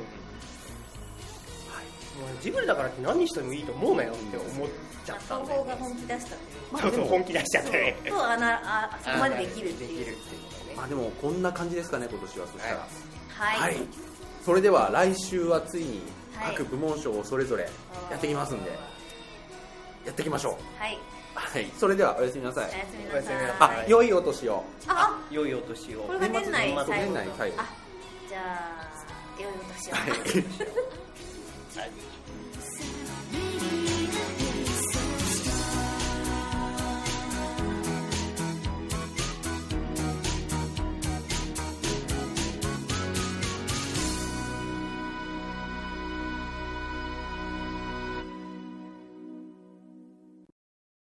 S3: ジブリだからって何してもいいと思うなよって思っちゃったんだよ。
S2: 東宝が本気出したって
S3: そうそう、本気出しちゃったね。
S2: とあそこまでできるっていう。
S1: でもこんな感じですかね、今年は。そしたら
S2: はい、
S1: それでは来週はついに各部門賞をそれぞれやってきますんで、やっていきましょう。はい、それではおやすみなさい。
S2: おやすみなさい。
S1: 良いお年を。
S3: 良いお年を。
S2: これが年内最後。
S1: じゃ
S2: あ、良いお年を。